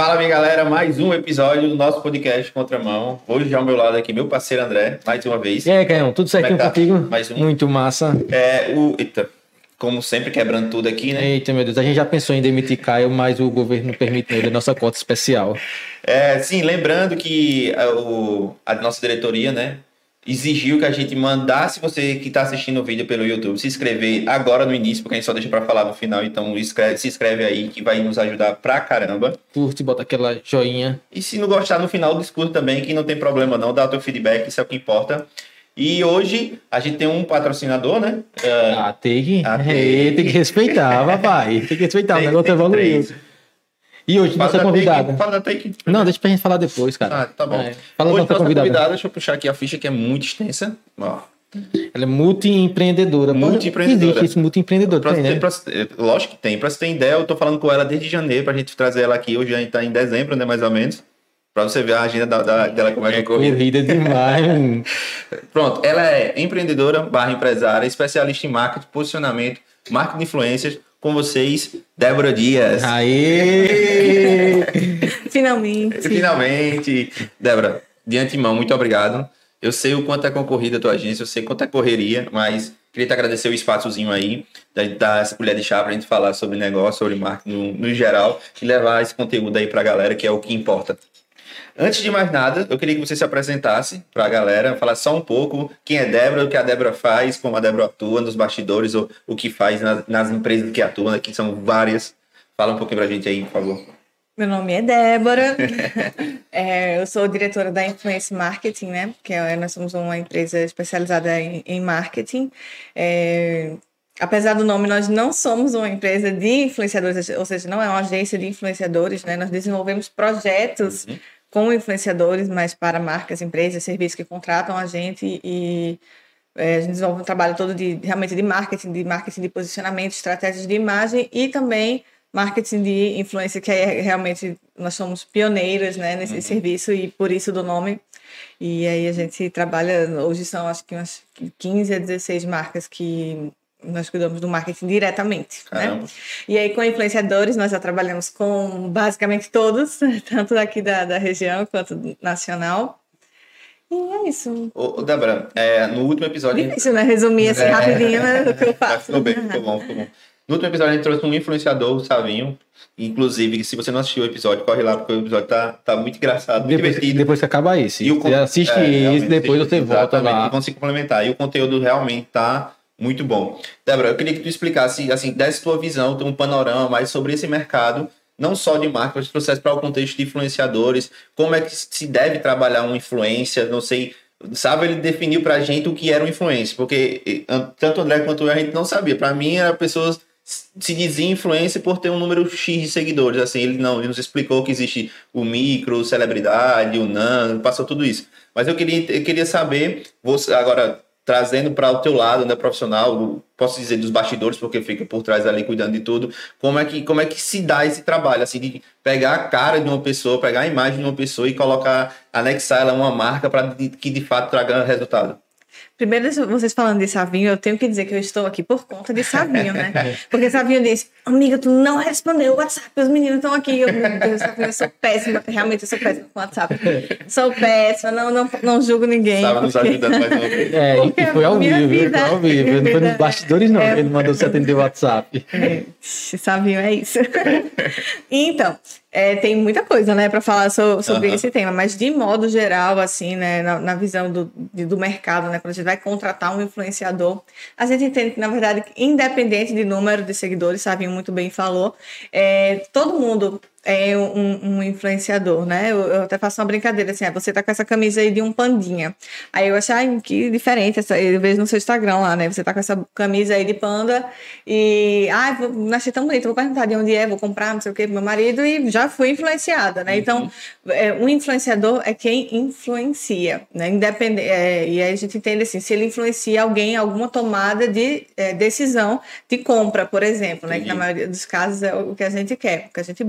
Fala, minha galera, mais um episódio do nosso podcast Contramão. Hoje ao meu lado aqui, meu parceiro André, mais uma vez. E aí, Caio, tudo certinho contigo? Mais um. Muito massa. Eita, como sempre, quebrando tudo aqui, né? Eita, meu Deus, a gente já pensou em demitir Caio, mas o governo não permite ele a nossa cota especial. Sim, lembrando que a nossa diretoria, né, exigiu que a gente mandasse você que está assistindo o vídeo pelo YouTube se inscrever agora no início, porque a gente só deixa para falar no final, então se inscreve aí que vai nos ajudar pra caramba. Curte, bota aquela joinha. E se não gostar no final, discute também, que não tem problema não, dá o teu feedback, isso é o que importa. E hoje a gente tem um patrocinador, né? Tem que respeitar, papai. Tem que respeitar, o negócio evoluiu. E hoje nossa convidada. Fala da Take. Não, deixa pra gente falar depois, cara. Tá bom. Fala hoje da nossa convidada. Deixa eu puxar aqui a ficha que é muito extensa. Ó. Ela é multi-empreendedora. Multi-empreendedora. Existe isso, multi-empreendedora. Lógico que tem. Pra você ter ideia, eu tô falando com ela desde janeiro pra gente trazer ela aqui. Hoje a gente tá em dezembro, né, mais ou menos. Pra você ver a agenda dela como é corrida demais. Pronto, ela é empreendedora / empresária, especialista em marketing, posicionamento, marketing de influências. Com vocês, Débora Dias. Aê! Finalmente. Débora, de antemão, muito obrigado. Eu sei o quanto é concorrida a tua agência, eu sei quanto é correria, mas queria te agradecer o espaçozinho aí, dar essa colher de chá pra gente falar sobre negócio, sobre marketing no geral e levar esse conteúdo aí pra galera, que é o que importa. Antes de mais nada, eu queria que você se apresentasse para a galera, falar só um pouco quem é Débora, o que a Débora faz, como a Débora atua nos bastidores, ou o que faz nas empresas que atua, que são várias. Fala um pouquinho para a gente aí, por favor. Meu nome é Débora, eu sou diretora da Influence Marketing, né? Porque nós somos uma empresa especializada em marketing. Apesar do nome, nós não somos uma empresa de influenciadores, ou seja, não é uma agência de influenciadores, né? Nós desenvolvemos projetos com influenciadores, mas para marcas, empresas, serviços que contratam a gente e a gente desenvolve um trabalho todo realmente de marketing de posicionamento, estratégias de imagem e também marketing de influência, que é realmente nós somos pioneiros, né, nesse serviço e por isso do nome. E aí a gente trabalha, hoje são acho que umas 15 a 16 marcas que nós cuidamos do marketing diretamente, né? E aí com influenciadores nós já trabalhamos com basicamente todos, tanto daqui da região quanto nacional. E é isso. Débora, no último episódio... Difícil, né? Resumir assim rapidinho, né, do que eu faço. Ficou bom. No último episódio a gente trouxe um influenciador, o Savinho. Inclusive, se você não assistiu o episódio, corre lá, porque o episódio tá muito engraçado, muito divertido. Depois que acabar esse. Você assiste esse, depois você volta lá. E vão se complementar. E o conteúdo realmente tá muito bom. Débora, eu queria que tu explicasse, assim, desse tua visão, um panorama mais sobre esse mercado, não só de marketing, mas trouxesse para o contexto de influenciadores, como é que se deve trabalhar uma influência, não sei, sabe, ele definiu pra gente o que era uma influência, porque tanto o André quanto eu, a gente não sabia. Para mim, era pessoas se dizia influência por ter um número X de seguidores, assim, ele nos explicou que existe o micro, celebridade, o nano, passou tudo isso. Mas eu queria saber, você agora trazendo para o teu lado, né, profissional, posso dizer dos bastidores, porque fica por trás ali cuidando de tudo, como é que se dá esse trabalho, assim, de pegar a cara de uma pessoa, pegar a imagem de uma pessoa e colocar, anexar ela a uma marca para que de fato traga resultado? Primeiro, vocês falando de Savinho, eu tenho que dizer que eu estou aqui por conta de Savinho, né? Porque Savinho disse, amiga, tu não respondeu o WhatsApp, os meninos estão aqui. Meu Deus, Savinho, eu sou péssima, realmente eu sou péssima com o WhatsApp. Sou péssima, não julgo ninguém. Estava nos ajudando mais uma vez. E foi ao vivo, não foi nos bastidores não, ele mandou você atender o WhatsApp. Savinho, é isso. Então, tem muita coisa, né, para falar sobre esse tema, mas de modo geral, assim, né, na visão do mercado, né, quando a gente vai contratar um influenciador, a gente entende que, na verdade, independente de número de seguidores, Savinho muito bem falou, todo mundo é um influenciador, né? Eu até faço uma brincadeira assim, você tá com essa camisa aí de um pandinha. Aí eu achei, que diferente, eu vejo no seu Instagram lá, né? Você tá com essa camisa aí de panda e, achei tão bonito, vou perguntar de onde vou comprar, não sei o que, pro meu marido e já fui influenciada, né? Então, um influenciador é quem influencia, né? Independente, e aí a gente entende assim, se ele influencia alguém em alguma tomada de decisão de compra, por exemplo, né? Que na maioria dos casos é o que a gente quer, o que a gente busca.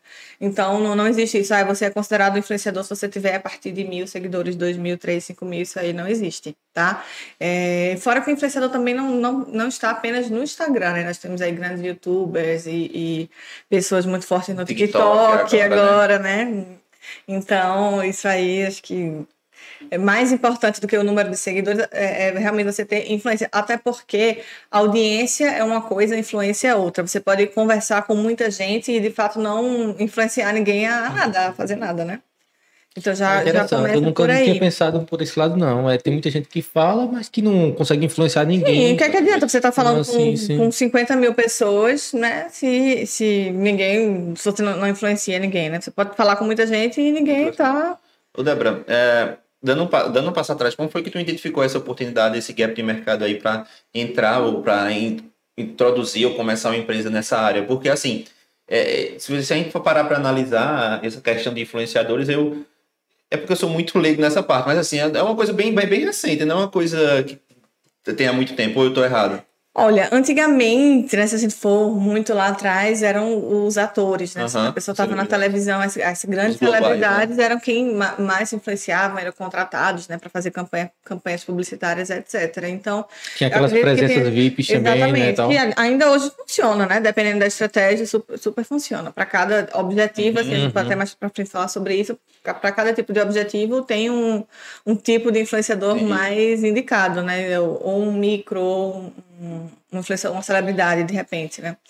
Então, não existe isso. Você é considerado influenciador se você tiver a partir de 1.000 seguidores, 2.000, 3.000, 5.000, isso aí não existe, tá? Fora que o influenciador também não está apenas no Instagram, né? Nós temos aí grandes youtubers e pessoas muito fortes no TikTok agora, né? Então, isso aí, acho que é mais importante do que o número de seguidores é realmente você ter influência, até porque a audiência é uma coisa, a influência é outra. Você pode conversar com muita gente e de fato não influenciar ninguém a nada, a fazer nada, né? Então já começa eu nunca por aí. tinha pensado por esse lado, não. Tem muita gente que fala, mas que não consegue influenciar ninguém. Sim, o que adianta você estar falando com 50 mil pessoas, né? Se você não influencia ninguém, né? Você pode falar com muita gente e ninguém tá... Ô, Débora, dando um passo atrás, como foi que tu identificou essa oportunidade, esse gap de mercado aí para entrar ou para introduzir ou começar uma empresa nessa área? Porque, assim, se a gente for parar para analisar essa questão de influenciadores, é porque eu sou muito leigo nessa parte, mas, assim, é uma coisa bem recente, não é uma coisa que tenha muito tempo, ou eu estou errado? Olha, antigamente, né, se a gente for muito lá atrás, eram os atores, né? A pessoa estava na televisão, as grandes celebridades, né? Eram quem mais influenciavam, eram contratados, né, para fazer campanhas publicitárias, etc. Então, tinha aquelas presenças VIPs também, exatamente, né, tal. que ainda hoje funciona, né? Dependendo da estratégia, super funciona. Para cada objetivo, assim, a gente pode até mais para frente falar sobre isso. Para cada tipo de objetivo tem um tipo de influenciador mais indicado, né? Ou um micro, ou uma celebridade, de repente, né?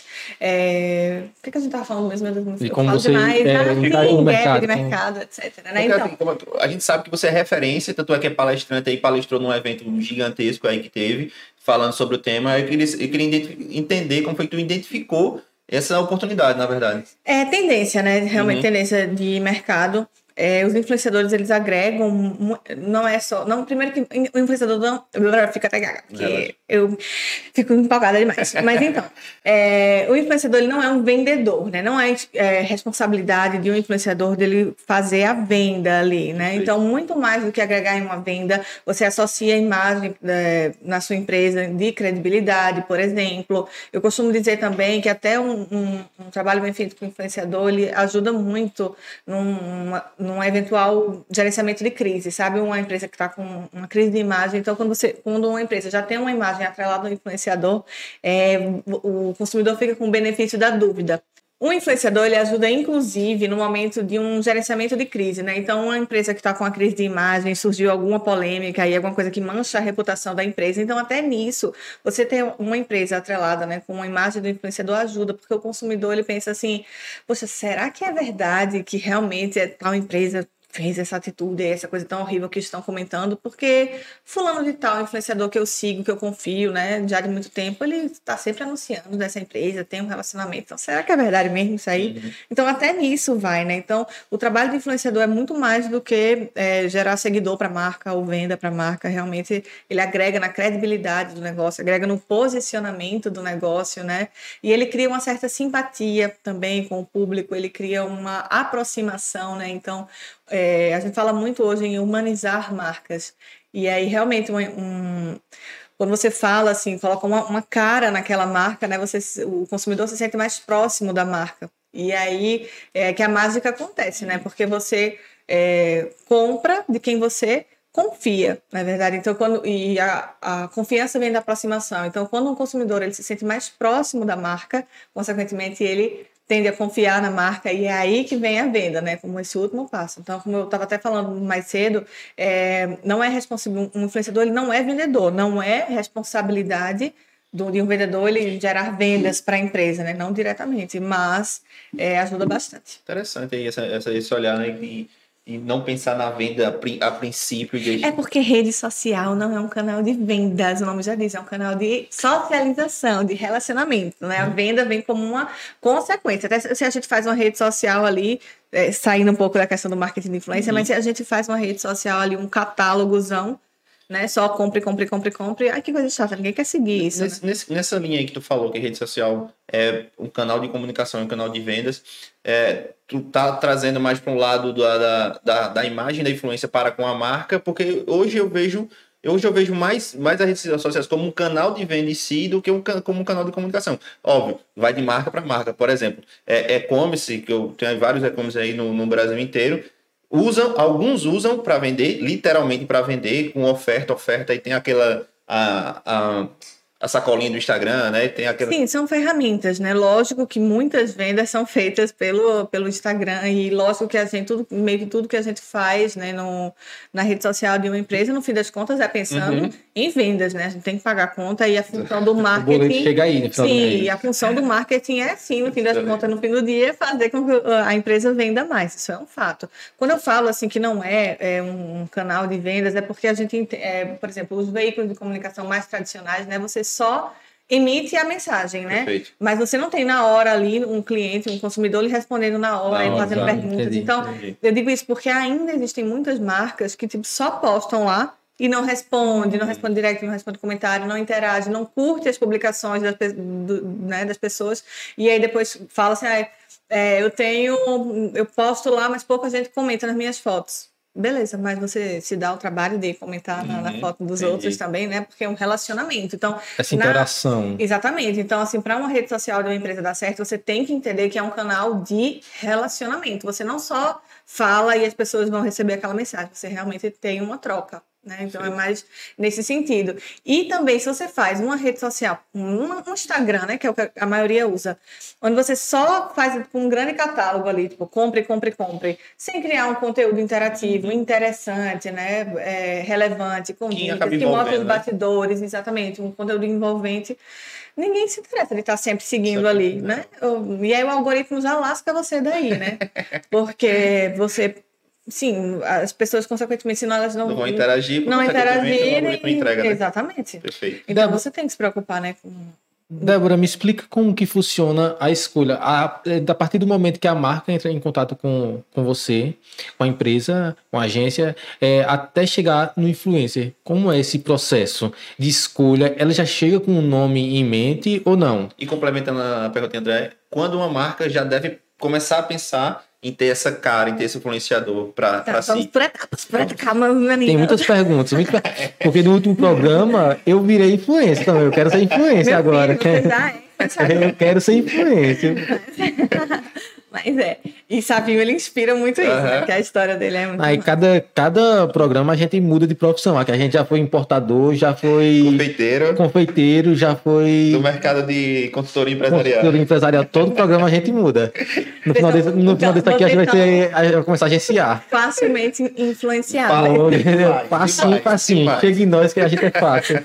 O que a gente estava falando mesmo? E como você no mercado, de mercado, etc. Né? Então, a gente sabe que você é referência, tanto é que é palestrante aí, palestrou num evento gigantesco aí que teve, falando sobre o tema. Eu queria entender como foi que tu identificou essa oportunidade, na verdade. É tendência, né? Realmente tendência de mercado. Os influenciadores, eles agregam, não é só... Não, primeiro que o influenciador não... Fica até gaga, porque eu fico empolgada demais. Mas então, o influenciador, ele não é um vendedor, né? Não é responsabilidade de um influenciador dele fazer a venda ali, né? Então, muito mais do que agregar em uma venda, você associa a imagem na sua empresa de credibilidade, por exemplo. Eu costumo dizer também que até um trabalho bem feito com o influenciador, ele ajuda muito num eventual gerenciamento de crise, sabe? Uma empresa que está com uma crise de imagem. Então, quando uma empresa já tem uma imagem atrelada ao influenciador, o consumidor fica com o benefício da dúvida. O influenciador, ele ajuda, inclusive, no momento de um gerenciamento de crise, né? Então, uma empresa que está com uma crise de imagem, surgiu alguma polêmica e alguma coisa que mancha a reputação da empresa. Então, até nisso, você ter uma empresa atrelada, né, com uma imagem do influenciador ajuda, porque o consumidor, ele pensa assim, poxa, será que é verdade que realmente tal empresa fez essa atitude, essa coisa tão horrível que estão comentando, porque fulano de tal, influenciador que eu sigo, que eu confio, né, já de muito tempo, ele está sempre anunciando dessa empresa, tem um relacionamento, então será que é verdade mesmo isso aí? Então até nisso vai, né, então o trabalho do influenciador é muito mais do que gerar seguidor para a marca ou venda para a marca, realmente ele agrega na credibilidade do negócio, agrega no posicionamento do negócio, né, e ele cria uma certa simpatia também com o público, ele cria uma aproximação, né, então a gente fala muito hoje em humanizar marcas. E aí, realmente, quando você fala assim, coloca uma cara naquela marca, né, o consumidor se sente mais próximo da marca. E aí é que a mágica acontece, né? Porque você compra de quem você confia, na verdade. Então, a confiança vem da aproximação. Então, quando um consumidor ele se sente mais próximo da marca, consequentemente, ele tende a confiar na marca e é aí que vem a venda, né? Como esse último passo. Então, como eu estava até falando mais cedo, não é responsável, um influenciador ele não é vendedor, não é responsabilidade de um vendedor ele gerar vendas para a empresa, né? Não diretamente, mas ajuda bastante. Interessante aí esse olhar, né? E não pensar na venda a princípio. É porque rede social não é um canal de vendas, o nome já diz, é um canal de socialização, de relacionamento, né? A venda vem como uma consequência. Até se a gente faz uma rede social ali, saindo um pouco da questão do marketing de influência, mas se a gente faz uma rede social ali, um catálogozão, né? Só compre. Ai, que coisa chata, ninguém quer seguir isso. Nessa linha aí que tu falou, que rede social é um canal de comunicação, um canal de vendas, tu tá trazendo mais para um lado da imagem da influência para com a marca, porque hoje eu vejo Hoje eu vejo mais as redes sociais como um canal de venda em si do que como um canal de comunicação. Óbvio, vai de marca para marca. Por exemplo, e-commerce, que eu tenho vários e-commerce aí no Brasil inteiro, alguns usam para vender, literalmente para vender, com oferta, e tem aquela... A sacolinha do Instagram, né? Tem aquela... Sim, são ferramentas, né? Lógico que muitas vendas são feitas pelo Instagram e lógico que meio que tudo que a gente faz, né, na rede social de uma empresa, no fim das contas, é pensando em vendas, né? A gente tem que pagar a conta e a função do marketing... O boleto chega aí, no final do mês. Sim, a função do marketing é, sim, no fim das contas, no fim do dia, fazer com que a empresa venda mais. Isso é um fato. Quando eu falo, assim, que não é um canal de vendas, é porque a gente, por exemplo, os veículos de comunicação mais tradicionais, né? Você só emite a mensagem, né? Perfeito. Mas você não tem na hora ali um cliente, um consumidor lhe respondendo na hora e fazendo perguntas. Entendi. Eu digo isso porque ainda existem muitas marcas que tipo, só postam lá e não responde direct, não responde comentário, não interage, não curte as publicações das pessoas e aí depois fala assim, eu posto lá, mas pouca gente comenta nas minhas fotos. Beleza, mas você se dá o trabalho de comentar na foto dos outros também, né? Porque é um relacionamento. Então, essa interação. Exatamente. Então, assim, para uma rede social de uma empresa dar certo, você tem que entender que é um canal de relacionamento. Você não só fala e as pessoas vão receber aquela mensagem, você realmente tem uma troca. Né? Então, é mais nesse sentido. E também, se você faz uma rede social, um Instagram, né, que é o que a maioria usa, onde você só faz um grande catálogo ali, tipo, compre, sem criar um conteúdo interativo, interessante, né, relevante, com dicas, que mostra os bastidores, exatamente, um conteúdo envolvente, ninguém se interessa de estar sempre seguindo ali, né? E aí o algoritmo já lasca você daí, né? Porque você... Sim, as pessoas, consequentemente, se elas não vão interagir, não interagirem, entrega, né? Exatamente. Perfeito. Então, você tem que se preocupar, né? Débora, me explica como que funciona a escolha. A partir do momento que a marca entra em contato com você, com a empresa, com a agência, até chegar no influencer. Como é esse processo de escolha? Ela já chega com um nome em mente ou não? E complementando a pergunta, André, quando uma marca já deve começar a pensar em ter essa cara, em ter esse influenciador para si. Vamos por etapas, calma, menina. Tem muitas perguntas, porque no último programa eu virei influencer também, eu quero ser influencer agora. Eu quero ser influencer. Mas e Sapinho, ele inspira muito isso, né? Porque a história dele é muito... Aí cada programa a gente muda de profissão. Aqui a gente já foi importador, já foi... Confeiteiro, já foi... Do mercado de consultoria empresarial. Todo programa a gente muda. No final desse aqui a gente vai começar a agenciar. Facilmente influenciável. Facinho. Chega em nós que a gente é fácil.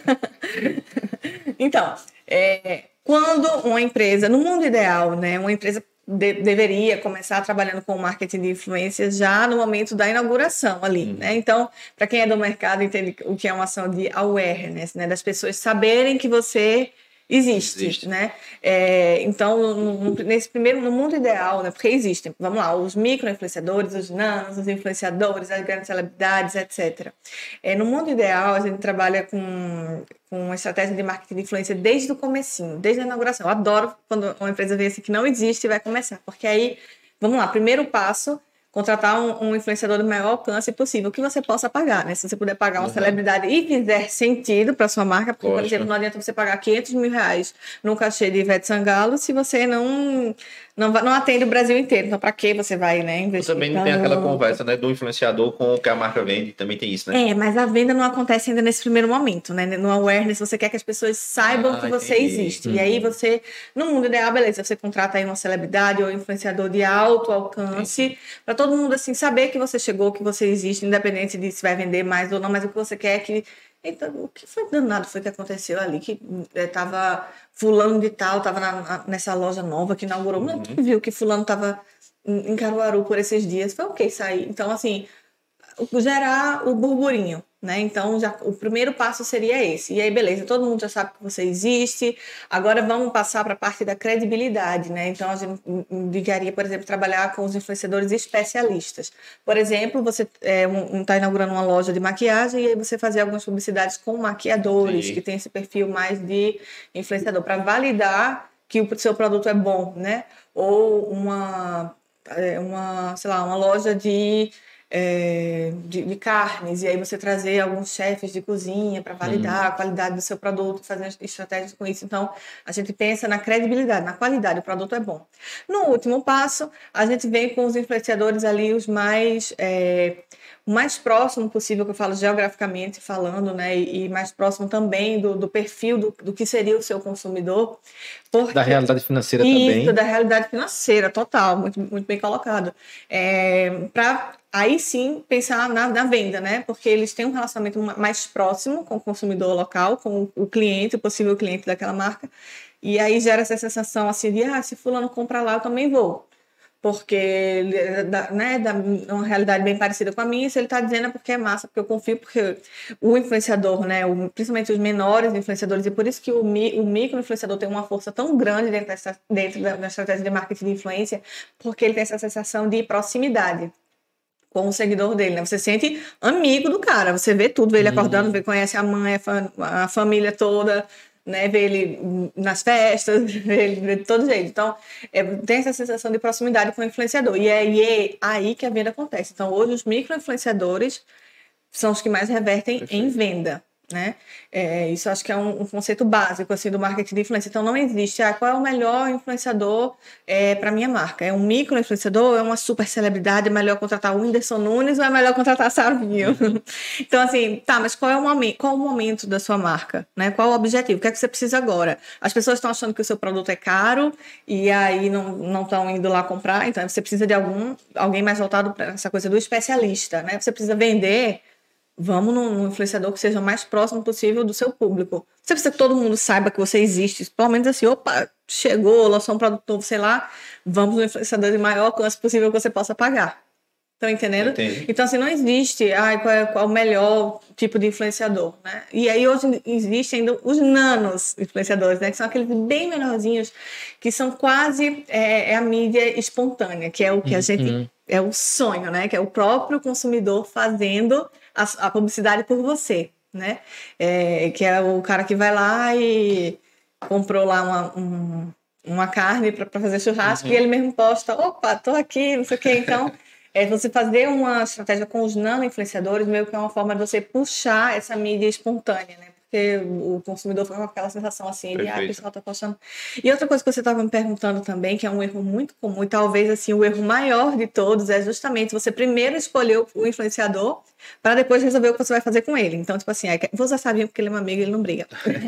Então, quando uma empresa, no mundo ideal, né? Uma empresa deveria começar trabalhando com marketing de influência já no momento da inauguração ali, né? Então, para quem é do mercado, entende o que é uma ação de awareness, né? Das pessoas saberem que você existe. Né? Então, no mundo ideal, né? Porque existem, vamos lá, os micro-influenciadores, os nanos, os influenciadores, as grandes celebridades, etc. No mundo ideal, a gente trabalha com uma estratégia de marketing de influência desde o comecinho, desde a inauguração. Eu adoro quando uma empresa vê assim que não existe e vai começar, porque aí, vamos lá, primeiro passo, contratar um influenciador do maior alcance possível, que você possa pagar, né? Se você puder pagar uma celebridade e fizer sentido para sua marca, porque, por exemplo, não adianta você pagar R$500 mil no cachê de Ivete Sangalo se você não atende o Brasil inteiro. Então, para que você vai, né, investir? Também não tem aquela conversa, né, do influenciador com o que a marca vende, também tem isso, né? Mas a venda não acontece ainda nesse primeiro momento, né? No awareness, você quer que as pessoas saibam que você existe. E aí você, no mundo ideal, beleza, você contrata aí uma celebridade ou influenciador de alto alcance, para todo mundo, assim, saber que você chegou, que você existe, independente de se vai vender mais ou não, mas o que você quer é que... Então, o que foi danado foi que aconteceu ali, que tava fulano de tal, tava nessa loja nova que inaugurou, não viu que fulano tava em Caruaru por esses dias, foi ok sair. Então, assim, gerar o burburinho, né? Então, o primeiro passo seria esse. E aí, beleza, todo mundo já sabe que você existe. Agora vamos passar para a parte da credibilidade, né? Então, a gente indicaria, por exemplo, trabalhar com os influenciadores especialistas. Por exemplo, você está inaugurando uma loja de maquiagem e aí você fazer algumas publicidades com maquiadores, que tem esse perfil mais de influenciador, para validar que o seu produto é bom, né? Ou uma loja de de carnes, e aí você trazer alguns chefes de cozinha para validar a qualidade do seu produto, fazer estratégias com isso. Então, a gente pensa na credibilidade, na qualidade, o produto é bom. No último passo, a gente vem com os influenciadores ali, o mais próximo possível, que eu falo geograficamente falando, né, e mais próximo também do perfil do que seria o seu consumidor. Da realidade financeira também. Isso, da realidade financeira, total, muito, muito bem colocado. Para aí sim pensar na venda, né, porque eles têm um relacionamento mais próximo com o consumidor local, com o cliente, o possível cliente daquela marca, e aí gera essa sensação assim de, se fulano compra lá, eu também vou. Porque, né, dá uma realidade bem parecida com a minha, se ele está dizendo é porque é massa, porque eu confio, porque o influenciador, né, principalmente os menores influenciadores, e por isso que o micro-influenciador tem uma força tão grande dentro da estratégia de marketing de influência, porque ele tem essa sensação de proximidade com o seguidor dele, né? Você se sente amigo do cara, você vê tudo, vê ele acordando, conhece a mãe, a família toda, né, ver ele nas festas, ver ele de todo jeito. Então, tem essa sensação de proximidade com o influenciador. E é aí que a venda acontece. Então, hoje, os micro-influenciadores são os que mais revertem em venda, né? Isso acho que é um conceito básico assim, do marketing de influência. Então, não existe qual é o melhor influenciador para minha marca. É um micro-influenciador, é uma super celebridade, é melhor contratar o Whindersson Nunes ou é melhor contratar Savinho? Então, assim, mas qual é o momento da sua marca? Né? Qual o objetivo? O que é que você precisa agora? As pessoas estão achando que o seu produto é caro e aí não estão indo lá comprar, então você precisa de alguém mais voltado para essa coisa do especialista, né? Você precisa vender. Vamos num influenciador que seja o mais próximo possível do seu público. Você precisa que todo mundo saiba que você existe. Pelo menos assim, opa, chegou, lançou um produto novo, sei lá. Vamos no influenciador de maior alcance possível que você possa pagar. Estão entendendo? Entendi. Então, assim, não existe qual é o melhor tipo de influenciador, né? E aí hoje existem ainda os nanos influenciadores, né? Que são aqueles bem menorzinhos, que são quase a mídia espontânea, que é o que a gente... É o sonho, né? Que é o próprio consumidor fazendo a publicidade por você, né? Que é o cara que vai lá e comprou lá uma carne para fazer churrasco e ele mesmo posta, opa, tô aqui, não sei o quê. Então, você fazer uma estratégia com os nano-influenciadores meio que é uma forma de você puxar essa mídia espontânea, né? Porque o consumidor fica com aquela sensação assim, o pessoal tá postando. E outra coisa que você estava me perguntando também, que é um erro muito comum, e talvez assim, o erro maior de todos é justamente você primeiro escolher o influenciador para depois resolver o que você vai fazer com ele. Então, tipo assim, vou usar Savinho porque ele é meu amigo e ele não briga.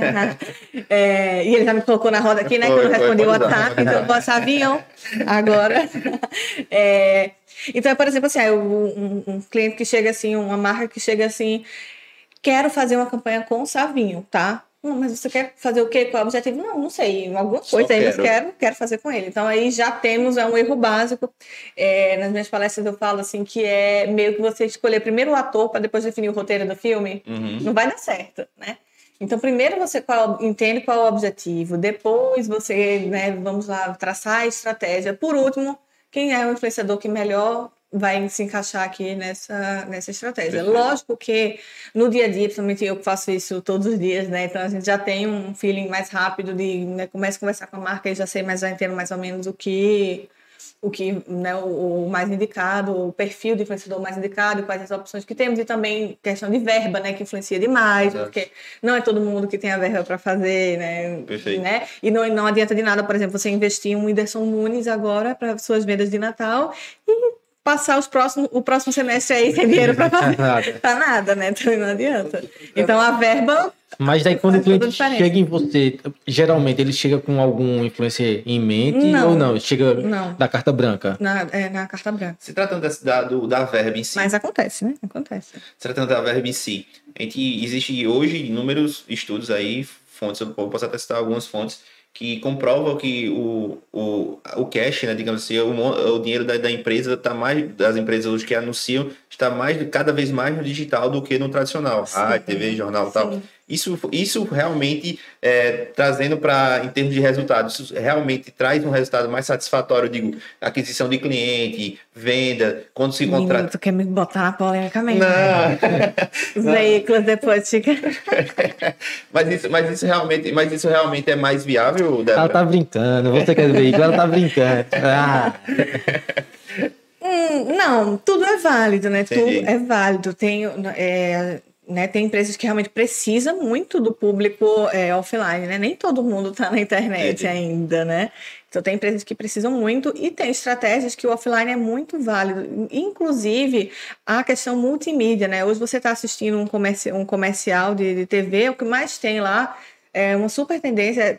E ele já me colocou na roda aqui, né? Que eu não respondi o WhatsApp, então eu vou Savinho agora. Então, por exemplo, assim, um cliente que chega assim, uma marca que chega assim, quero fazer uma campanha com o Savinho, tá? Mas você quer fazer o quê? Qual é o objetivo? Não sei, alguma coisa aí, mas quero fazer com ele. Então, aí já temos um erro básico. Nas minhas palestras eu falo assim, que é meio que você escolher primeiro o ator para depois definir o roteiro do filme. Não vai dar certo, né? Então, primeiro você entende qual é o objetivo, depois você, né, vamos lá, traçar a estratégia. Por último, quem é o influenciador que melhor vai se encaixar aqui nessa estratégia. Perfeito. Lógico que no dia a dia, principalmente eu que faço isso todos os dias, né? Então a gente já tem um feeling mais rápido de, né, começa a conversar com a marca e já entendo mais ou menos o que né, o mais indicado, o perfil do influenciador mais indicado, quais as opções que temos, e também questão de verba, né, que influencia demais, porque não é todo mundo que tem a verba para fazer, né? Perfeito. Né? E não adianta de nada, por exemplo, você investir em um Whindersson Nunes agora para suas vendas de Natal e passar o próximo semestre aí sem dinheiro para fazer. Tá nada, né? Então não adianta. Então a verba. Mas daí quando o cliente chega em você, geralmente ele chega com algum influencer em mente ou não? Chega da carta branca? Na carta branca. Se tratando da verba em si. Mas acontece, né? Acontece. Se tratando da verba em si, existe hoje inúmeros estudos aí, fontes, eu posso até citar algumas fontes, que comprovam que o cash, né, digamos assim, o dinheiro da empresa está mais, das empresas hoje que anunciam, está cada vez mais no digital do que no tradicional, TV, jornal e tal. Isso realmente, trazendo em termos de resultados, isso realmente traz um resultado mais satisfatório, digo, aquisição de cliente, venda, quando se contrata... Tu quer me botar na polêmica mesmo? Não! Os veículos depois fica... mas isso realmente é mais viável, Débora? Ela tá brincando, você quer veículo, ela tá brincando. Não, tudo é válido, né? Entendi. Tudo é válido. Tem empresas que realmente precisam muito do público offline, né? Nem todo mundo está na internet ainda, né? Então, tem empresas que precisam muito e tem estratégias que o offline é muito válido. Inclusive, a questão multimídia, né? Hoje você está assistindo um comercial de TV, o que mais tem lá é uma super tendência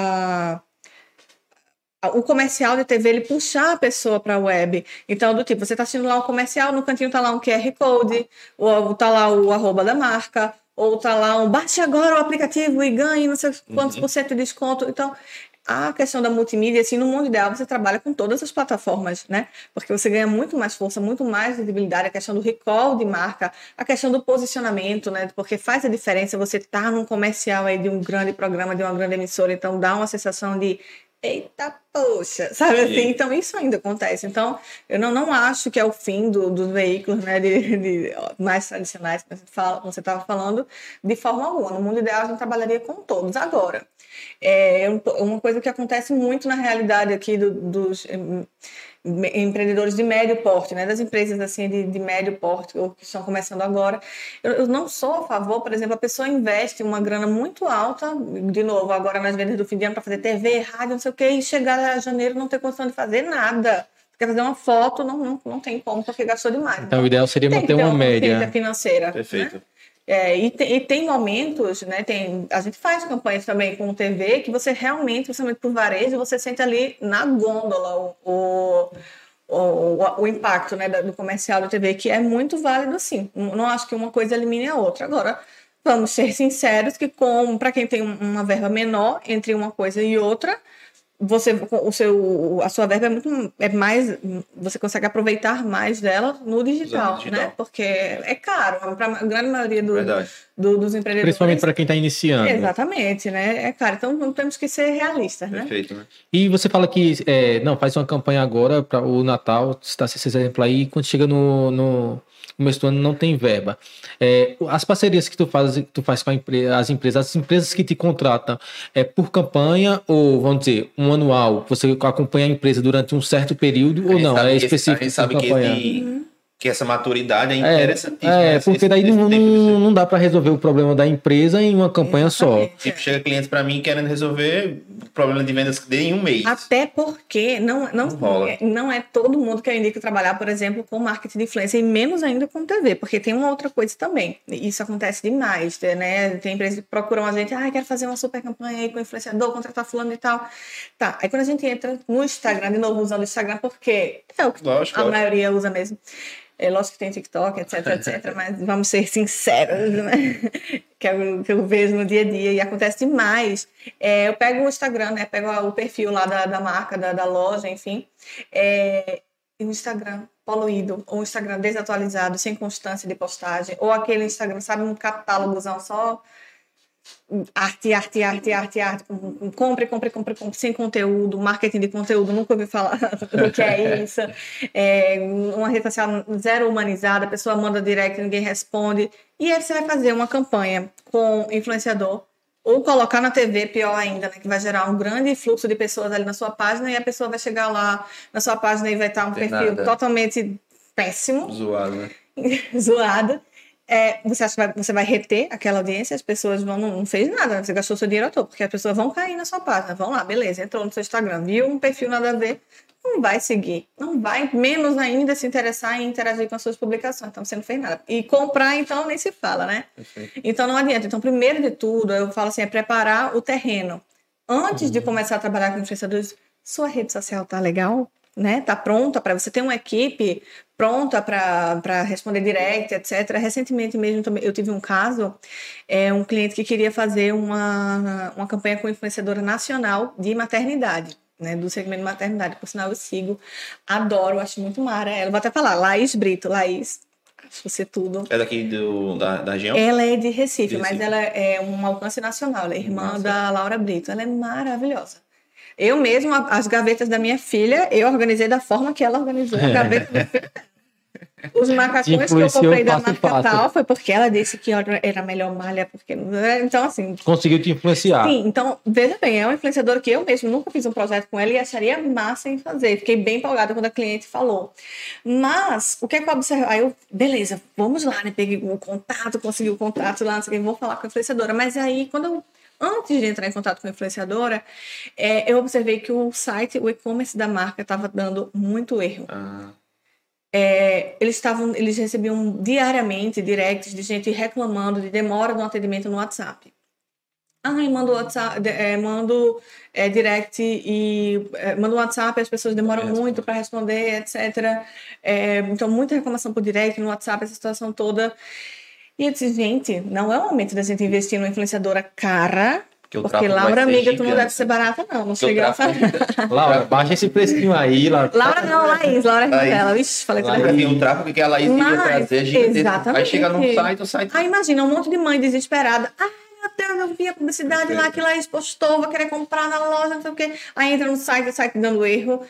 o comercial de TV, ele puxar a pessoa para a web. Então, do tipo, você está assistindo lá um comercial, no cantinho está lá um QR Code, ou está lá o arroba da marca, ou está lá um baixe agora o aplicativo e ganhe não sei quantos por cento de desconto. Então, a questão da multimídia, assim, no mundo ideal, você trabalha com todas as plataformas, né? Porque você ganha muito mais força, muito mais visibilidade, a questão do recall de marca, a questão do posicionamento, né? Porque faz a diferença você estar num comercial aí de um grande programa, de uma grande emissora, então dá uma sensação de eita, poxa, sabe assim? Então, isso ainda acontece. Então, eu não acho que é o fim dos veículos, né, mais tradicionais, como você estava falando, de forma alguma. No mundo ideal, a gente trabalharia com todos. Agora, uma coisa que acontece muito na realidade aqui dos empreendedores de médio porte, né, das empresas assim de médio porte ou que estão começando agora, eu não sou a favor, por exemplo, a pessoa investe uma grana muito alta, de novo, agora nas vendas do fim de ano para fazer TV, rádio, não sei o que, e chegar a janeiro não ter condição de fazer nada. Quer fazer uma foto, não tem como, porque gastou demais. Então, o ideal seria manter uma média financeira. Perfeito. Né? E tem momentos, né? A gente faz campanhas também com TV que você realmente, principalmente por varejo, você sente ali na gôndola o impacto, né, do comercial da TV, que é muito válido, sim. Não acho que uma coisa elimine a outra. Agora, vamos ser sinceros que para quem tem uma verba menor entre uma coisa e outra, a sua verba é mais, você consegue aproveitar mais dela no digital, né? Porque é caro para a grande maioria dos empreendedores. Principalmente para quem está iniciando. Exatamente, né? É caro. Então, não temos que ser realistas, né? Perfeito, né? E você fala que faz uma campanha agora para o Natal, está esse exemplo aí, quando chega no começo do ano não tem verba. As parcerias que tu faz com as empresas que te contratam por campanha ou, vamos dizer, um anual, você acompanha a empresa durante um certo período ou não? É específico? A gente sabe que essa maturidade é interessantíssima. Porque daí não dá para resolver o problema da empresa em uma campanha só. Tipo, chega cliente para mim querendo resolver o problema de vendas em um mês. Até porque não é todo mundo que eu indico trabalhar, por exemplo, com marketing de influência e menos ainda com TV, porque tem uma outra coisa também. Isso acontece demais, né? Tem empresas que procuram a gente, quero fazer uma super campanha aí com influenciador, contratar fulano e tal. Tá, aí quando a gente entra no Instagram, de novo usando o Instagram, porque é o que a maioria usa mesmo. Lógico que tem TikTok, etc, mas vamos ser sinceros, né? Que é o que eu vejo no dia a dia e acontece demais. Eu pego o Instagram, né? Pego o perfil lá da marca, da loja, enfim. E o Instagram poluído, ou um Instagram desatualizado, sem constância de postagem, ou aquele Instagram, sabe, um catálogozão só... Arte, compre, sem conteúdo, marketing de conteúdo, nunca ouvi falar do que é isso, uma rede social zero humanizada, a pessoa manda direct, ninguém responde, e aí você vai fazer uma campanha com influenciador, ou colocar na TV, pior ainda, né, que vai gerar um grande fluxo de pessoas ali na sua página, e a pessoa vai chegar lá na sua página e vai estar um perfil totalmente péssimo. Zoado, né? Zoado. Você acha que você vai reter aquela audiência? As pessoas não fez nada, você gastou seu dinheiro à toa, porque as pessoas vão cair na sua página, vão lá, beleza, entrou no seu Instagram, viu um perfil nada a ver, não vai seguir, não vai, menos ainda se interessar em interagir com as suas publicações, então você não fez nada. E comprar, então, nem se fala, né? Perfeito. Então não adianta. Então, primeiro de tudo, eu falo assim, preparar o terreno. Antes de começar a trabalhar com influenciadores, sua rede social tá legal? Né? Tá pronta para você ter uma equipe pronta para responder direct, etc. Recentemente mesmo eu tive um caso, um cliente que queria fazer uma campanha com influenciadora nacional de maternidade, né? Do segmento de maternidade. Por sinal, eu sigo, adoro, acho muito mara. Ela vou até falar, Laís Brito. Laís, acho você tudo. É daqui da região? Ela é de Recife, mas ela é um alcance nacional. Ela é irmã da Laura Brito. Ela é maravilhosa. Eu mesma, as gavetas da minha filha, eu organizei da forma que ela organizou a gaveta da minha filha. Os macacões que eu influenciou comprei da fácil, marca fácil. tal foi porque ela disse que era a melhor malha, porque... Então, assim... Conseguiu te influenciar. Sim, então, veja bem, é uma influenciadora que eu mesmo nunca fiz um projeto com ela e acharia massa em fazer. Fiquei bem empolgada quando a cliente falou. Mas, o que é que eu observei? Aí eu, beleza, vamos lá, né? Peguei o contato, consegui o contato lá, não sei o que, vou falar com a influenciadora. Mas aí, antes de entrar em contato com a influenciadora, eu observei que o site, o e-commerce da marca estava dando muito erro. Eles recebiam diariamente directs de gente reclamando de demora no atendimento no WhatsApp. Mando WhatsApp, mando direct e mando WhatsApp, as pessoas demoram muito para responder, etc. Então, muita reclamação por direct no WhatsApp, essa situação toda. E eu disse, gente, não é o momento da gente investir numa influenciadora cara, porque Laura, amiga, tu não deve ser barata, não chega a falar. Laura, baixa esse precinho aí, Laura. Laura não, Laís, Laura é dela. Ixi, falei que Laís. Um tráfego que a Laís queria trazer gigantesco. Exatamente. Aí chega no site, o site... Aí imagina, um monte de mãe desesperada. Meu Deus, eu vi a publicidade lá que Laís postou, vou querer comprar na loja, não sei o quê. Aí entra no site, o site dando erro.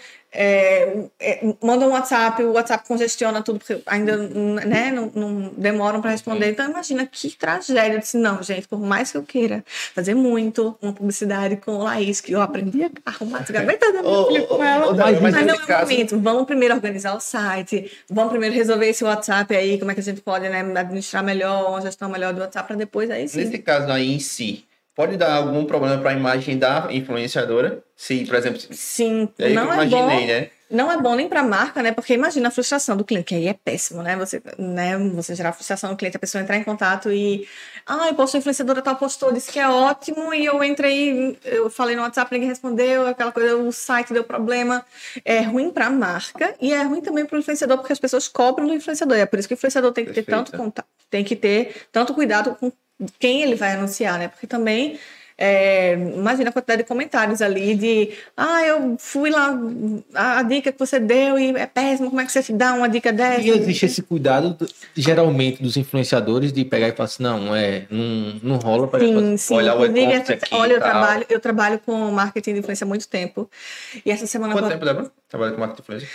Manda um WhatsApp, o WhatsApp congestiona tudo, porque ainda né, não demoram para responder. Então, imagina que tragédia. Eu disse, não, gente, por mais que eu queira fazer muito uma publicidade com Laís, que eu aprendi a arrumar as gavetas da minha filha com ela, mas não é o momento. Vamos primeiro organizar o site, vamos primeiro resolver esse WhatsApp aí, como é que a gente pode, né, administrar melhor, uma gestão melhor do WhatsApp, para depois aí sim. Nesse caso aí em si, pode dar algum problema para a imagem da influenciadora? Se, por exemplo... Sim, não é bom, né? Não é bom nem para a marca, né? Porque imagina a frustração do cliente, que aí é péssimo, né? Você gerar frustração no cliente, a pessoa entrar em contato e... poxa, a influenciadora tal postou, disse que é ótimo, e eu entrei, eu falei no WhatsApp, ninguém respondeu, aquela coisa, o site deu problema. É ruim para a marca e é ruim também para o influenciador, porque as pessoas cobram do influenciador. É por isso que o influenciador tem que ter tanto contato, tem que ter tanto cuidado com quem ele vai anunciar, né? Porque também, imagina a quantidade de comentários ali de eu fui lá, a dica que você deu e é péssimo, como é que você dá uma dica dessa? E existe esse cuidado, geralmente, dos influenciadores de pegar e falar assim, não rola para olhar o e-commerce aqui. Olha, eu trabalho com marketing de influência há muito tempo. E essa semana... Quanto tempo, Débora? Trabalha com marketing de influência?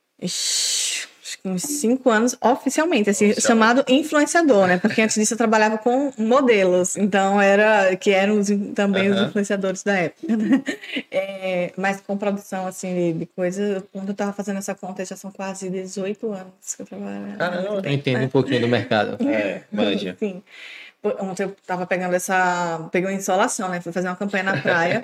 Acho que uns 5 anos, oficialmente, assim, chamado influenciador, né? Porque antes disso eu trabalhava com modelos, então que eram também os influenciadores da época, né? Mas com produção, assim, de coisa, quando eu tava fazendo essa conta, já são quase 18 anos que eu trabalho. Caramba, eu entendo um pouquinho do mercado. Manja. Sim. Ontem eu tava peguei uma insolação, né? Fui fazer uma campanha na praia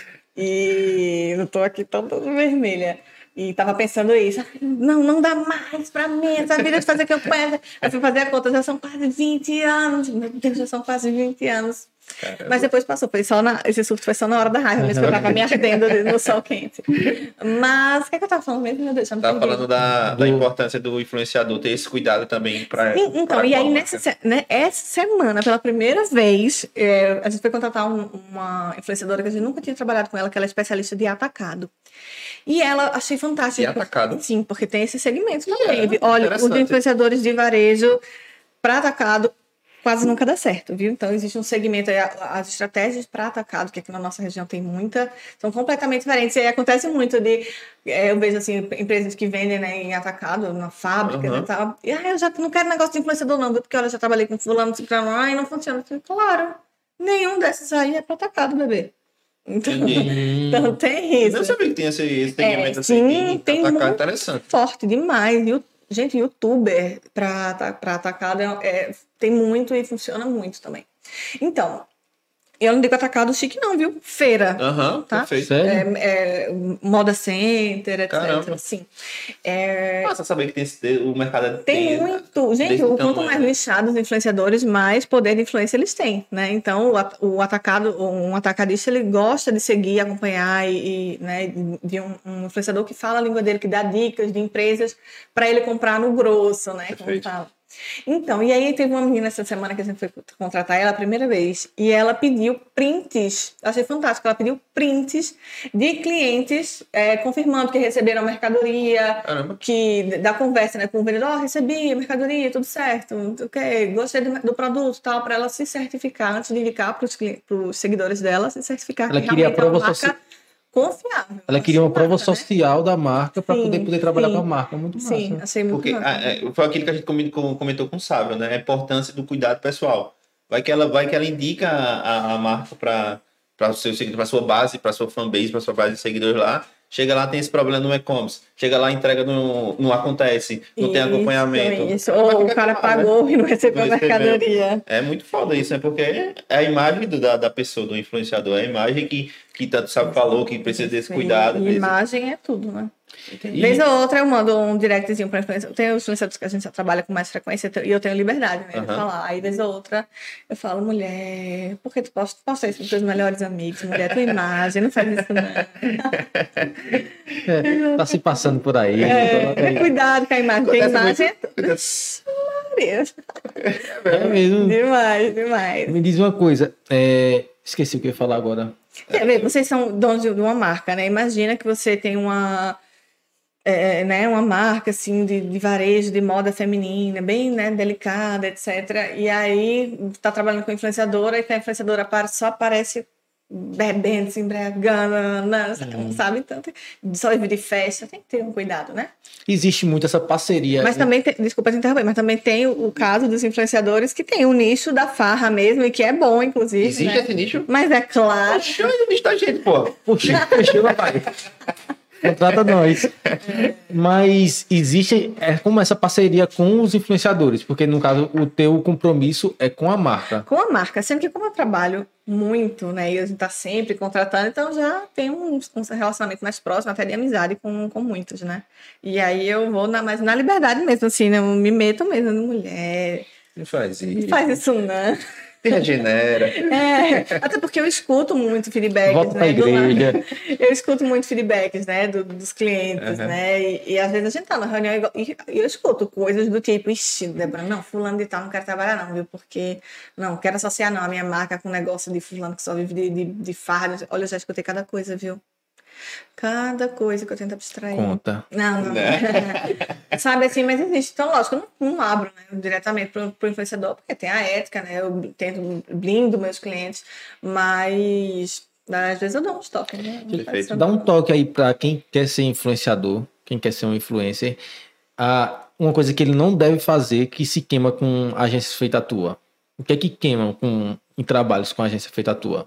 e eu tô aqui toda vermelha. E tava pensando isso, não dá mais pra mim essa vida de fazer campanha. Eu fui fazer a conta, já são quase 20 anos. Meu Deus, já são quase 20 anos. Caramba. Mas depois passou, esse surto foi só na hora da raiva, mesmo que eu tava me ardendo no sol quente. Mas, o que é que eu tava falando mesmo? Meu Deus, já não tava falando da importância do influenciador ter esse cuidado também para... Então, e aí essa semana, pela primeira vez, a gente foi contratar uma influenciadora que a gente nunca tinha trabalhado com ela, que ela é especialista de atacado. E ela, achei fantástico. De atacado? Sim, porque tem esse segmento também. Olha, os influenciadores de varejo para atacado quase nunca dá certo, viu? Então, existe um segmento aí, as estratégias para atacado, que aqui na nossa região tem muita, são completamente diferentes. E aí acontece muito eu vejo, assim, empresas que vendem, né, em atacado, na fábrica e tal. E eu já não quero negócio de influenciador não, porque olha, já trabalhei com fulano, e não funciona. Claro, nenhum desses aí é para atacado, bebê. Então tem isso. Eu sabia que tem esse segmento assim. Sim, tem muito interessante. Forte demais. Gente, youtuber para atacado tem muito e funciona muito também. Então, eu não digo atacado chique não, viu? Feira. Tá? Perfeito. Moda center, etc. Caramba. Sim. Massa saber que o mercado tem muito. Gente, quanto mais nichados os influenciadores, mais poder de influência eles têm, né? Então, um atacadista, ele gosta de seguir, acompanhar né, de um influenciador que fala a língua dele, que dá dicas de empresas para ele comprar no grosso, né? Como fala. Então, e aí teve uma menina essa semana que a gente foi contratar ela a primeira vez e ela pediu prints, achei fantástico, ela pediu prints de clientes confirmando que receberam a mercadoria, da conversa, né, com o vendedor, recebi a mercadoria, tudo certo, gostei do produto, tal, para ela se certificar antes de indicar para os seguidores dela, se certificar ela que queria realmente é uma marca confiável. Ela queria uma prova marca, né? social da marca para Sim, poder trabalhar sim. com a marca. Muito massa. Sim, achei muito Porque massa. foi aquilo que a gente comentou com o Sávio, né? A importância do cuidado pessoal. Vai que ela indica a marca para o seu seguidor, para sua base, para sua fanbase, para sua base de seguidores lá. Chega lá, tem esse problema no e-commerce. Chega lá, a entrega não acontece, não tem acompanhamento. Isso. Ou o cara pagou e não recebeu a Não recebeu. mercadoria. É muito foda isso, né? Porque é a imagem da pessoa, do influenciador, é a imagem que tanto sabe falou, que precisa desse cuidado. E imagem é tudo, né? Entendi. Vez ou outra eu mando um directzinho para influência. Tem os influenciadores que a gente já trabalha com mais frequência e eu tenho liberdade, né, de falar. Aí, vez ou outra, eu falo, mulher, por que tu posta isso com teus melhores amigos? Mulher, tua imagem, não faz isso não. Tá se passando por aí. Cuidado com a imagem, porque a imagem é tudo. É mesmo. Demais. Me diz uma coisa. Esqueci o que eu ia falar agora. Vocês são donos de uma marca, né? Imagina que você tem uma marca assim de varejo, de moda feminina, bem, né, delicada, etc. E aí tá trabalhando com influenciadora e que a influenciadora só aparece bebendo, se embriagando, sabe? Então, só vive de festa, tem que ter um cuidado, né? Existe muito essa parceria. Mas também, desculpa te interromper, mas também tem o caso dos influenciadores que tem um nicho da farra mesmo e que é bom, inclusive. Existe esse nicho? Mas é claro. Puxa, o nicho da gente, pô. Puxa, vai. Contrata nós. Mas existe como essa parceria com os influenciadores, porque no caso o teu compromisso é com a marca. Com a marca, sendo que como eu trabalho muito, né, e a gente tá sempre contratando, então já tem um relacionamento mais próximo, até de amizade com muitos, né? E aí eu vou mais na liberdade mesmo, assim, né? Eu me meto mesmo, mulher. Não faz isso. Não faz isso, não. Se regenera. Até porque eu escuto muito feedbacks, Volta pra né? igreja. Eu escuto muito feedbacks, né? Dos clientes, né? E às vezes a gente tá na reunião e eu escuto coisas do tipo, ixi, Débora, não, fulano de tal não quero trabalhar não, viu? Porque, não quero associar não a minha marca com um negócio de fulano que só vive de farra. Olha, eu já escutei cada coisa, viu? Cada coisa que eu tento abstrair. Conta. Não. Sabe assim, mas existe. Então, lógico, eu não abro, né, diretamente pro influenciador, porque tem a ética, né? Eu tento blindo meus clientes, mas às vezes eu dou um toque, né? Perfeito. Dá um toque aí para quem quer ser influenciador, quem quer ser um influencer. Uma coisa que ele não deve fazer que se queima com agências feita à tua. O que é que queima em trabalhos com agência feita à tua?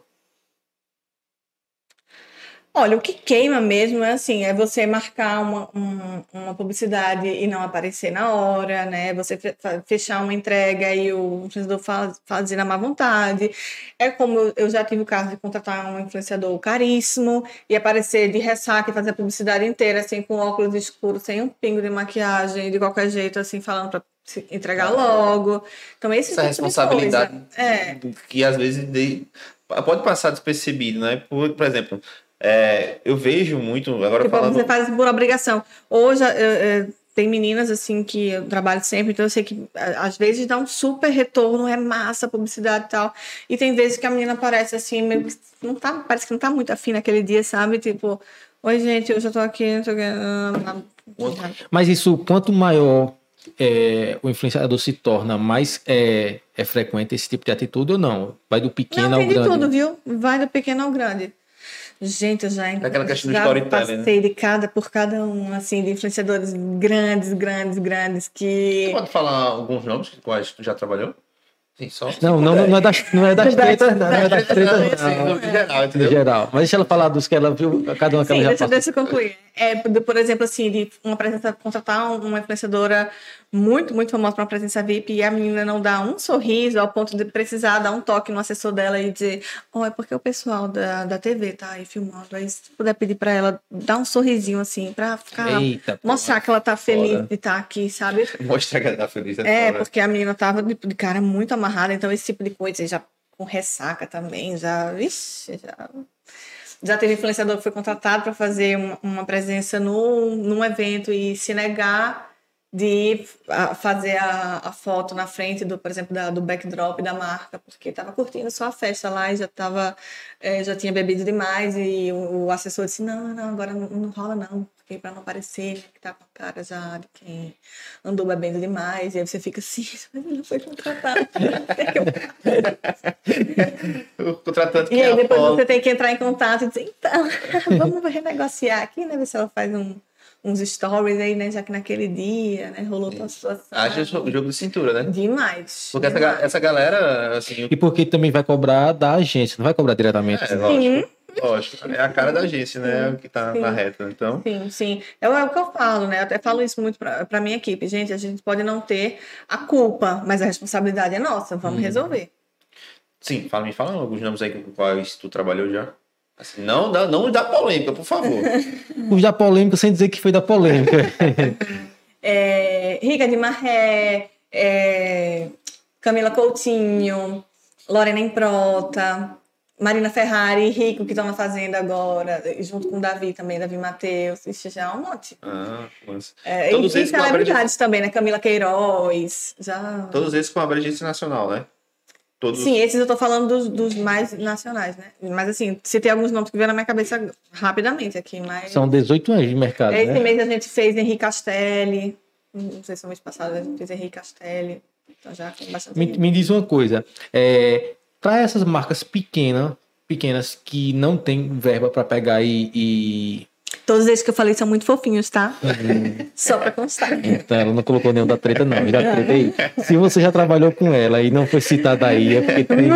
Olha, o que queima mesmo é assim, é você marcar uma publicidade e não aparecer na hora, né? Você fechar uma entrega e o influenciador fazer na má vontade. É como eu já tive o caso de contratar um influenciador caríssimo e aparecer de ressaca e fazer a publicidade inteira, assim, com óculos escuros, sem um pingo de maquiagem, de qualquer jeito, assim, falando para entregar logo. Então, essa tipo responsabilidade de coisa. que às vezes pode passar despercebido, né? Por exemplo, eu vejo muito agora tipo, falando... você faz por obrigação. Hoje tem meninas assim que eu trabalho sempre, então eu sei que às vezes dá um super retorno, é massa a publicidade e tal. E tem vezes que a menina aparece assim, meio que não tá, parece que não tá muito afim naquele dia, sabe? Tipo, oi gente, eu já tô aqui, não tô aqui. Mas isso, quanto maior o influenciador se torna, mais é frequente esse tipo de atitude ou não? Vai do pequeno ao grande? Não, tem de tudo, viu? Vai do pequeno ao grande. Gente, eu já passei por cada um, assim, de influenciadores grandes que... Você pode falar alguns nomes com quais tu já trabalhou? Sim, só. Não é das tretas, não. Não é das tretas, não. No geral, entendeu? No geral. Mas deixa ela falar dos que ela viu, cada uma que ela já passou. Deixa eu concluir. Por exemplo, assim, de contratar uma influenciadora muito, muito famosa para uma presença VIP e a menina não dá um sorriso ao ponto de precisar dar um toque no assessor dela e dizer, é porque o pessoal da TV tá aí filmando, aí se puder pedir para ela dar um sorrisinho assim, para ficar, mostrar que ela tá feliz de estar aqui, sabe? Mostrar que ela tá feliz. Porque a menina tava de cara muito amarrada, então esse tipo de coisa, já com ressaca também, já teve influenciador que foi contratado para fazer uma presença num evento e se negar de fazer a foto na frente por exemplo, do backdrop da marca, porque estava curtindo só a festa lá e já tinha bebido demais e o assessor disse, não, agora não rola não, porque para não parecer que tá com a cara já de quem andou bebendo demais, e aí você fica assim, mas ele não foi contratado. O contratante E aí depois você tem que entrar em contato e dizer, então, vamos renegociar aqui, né, ver se ela faz uns stories aí, né? Já que naquele dia, né? Rolou toda a situação. Acha o jogo de cintura, né? Demais. Porque demais. essa galera, assim... E porque também vai cobrar da agência, não vai cobrar diretamente. Lógico. É a cara da agência, né? O que tá na reta, então... Sim. É o que eu falo, né? Eu até falo isso muito pra minha equipe. Gente, a gente pode não ter a culpa, mas a responsabilidade é nossa. Vamos resolver. Sim, me fala alguns nomes aí com quais tu trabalhou já. Assim, não dá polêmica, por favor. Os da polêmica sem dizer que foi da polêmica. Rica de Marré, Camila Coutinho, Lorena Improta, Marina Ferrari e Rico, que estão na Fazenda agora, junto com o Davi também, Davi Matheus. Ixi, já é um monte. Mas... e celebridades também, né? Camila Queiroz. Todos esses com abrangência nacional, né? Todos... Sim, esses eu tô falando dos mais nacionais, né? Mas assim, citei alguns nomes que vieram na minha cabeça rapidamente aqui, mas... São 18 anos de mercado, Esse né? mês a gente fez Henrique Castelli, não sei se foi o mês passado, a gente fez Henrique Castelli, então já tem bastante... Me diz uma coisa, para essas marcas pequenas que não tem verba para pegar e... Todos esses que eu falei são muito fofinhos, tá? Só pra constar. Então, ela não colocou nenhum da treta, não. Já tretei. Se você já trabalhou com ela e não foi citada aí, é porque teve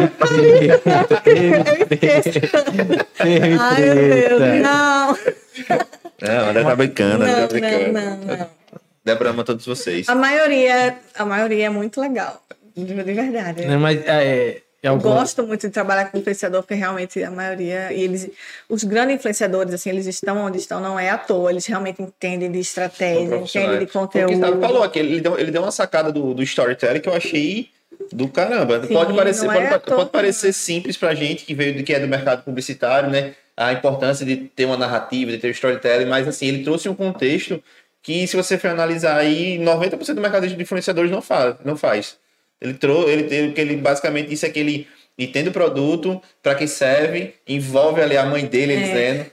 treta. Ai, meu Deus, não. Não, ela tá brincando. Não. Débora ama todos vocês. A maioria é muito legal. De verdade. Não, mas eu gosto muito de trabalhar com influenciador, porque realmente a maioria, os grandes influenciadores, assim, eles estão onde estão, não é à toa, eles realmente entendem de estratégia, entendem de conteúdo. Porque você falou aqui, ele deu uma sacada do storytelling que eu achei do caramba. Sim, pode parecer simples pra gente que é do mercado publicitário, né? A importância de ter uma narrativa, de ter um storytelling, mas assim, ele trouxe um contexto que, se você for analisar aí, 90% do mercado de influenciadores não faz. Ele basicamente disse que ele entende o produto, para que serve, envolve ali a mãe dele dizendo.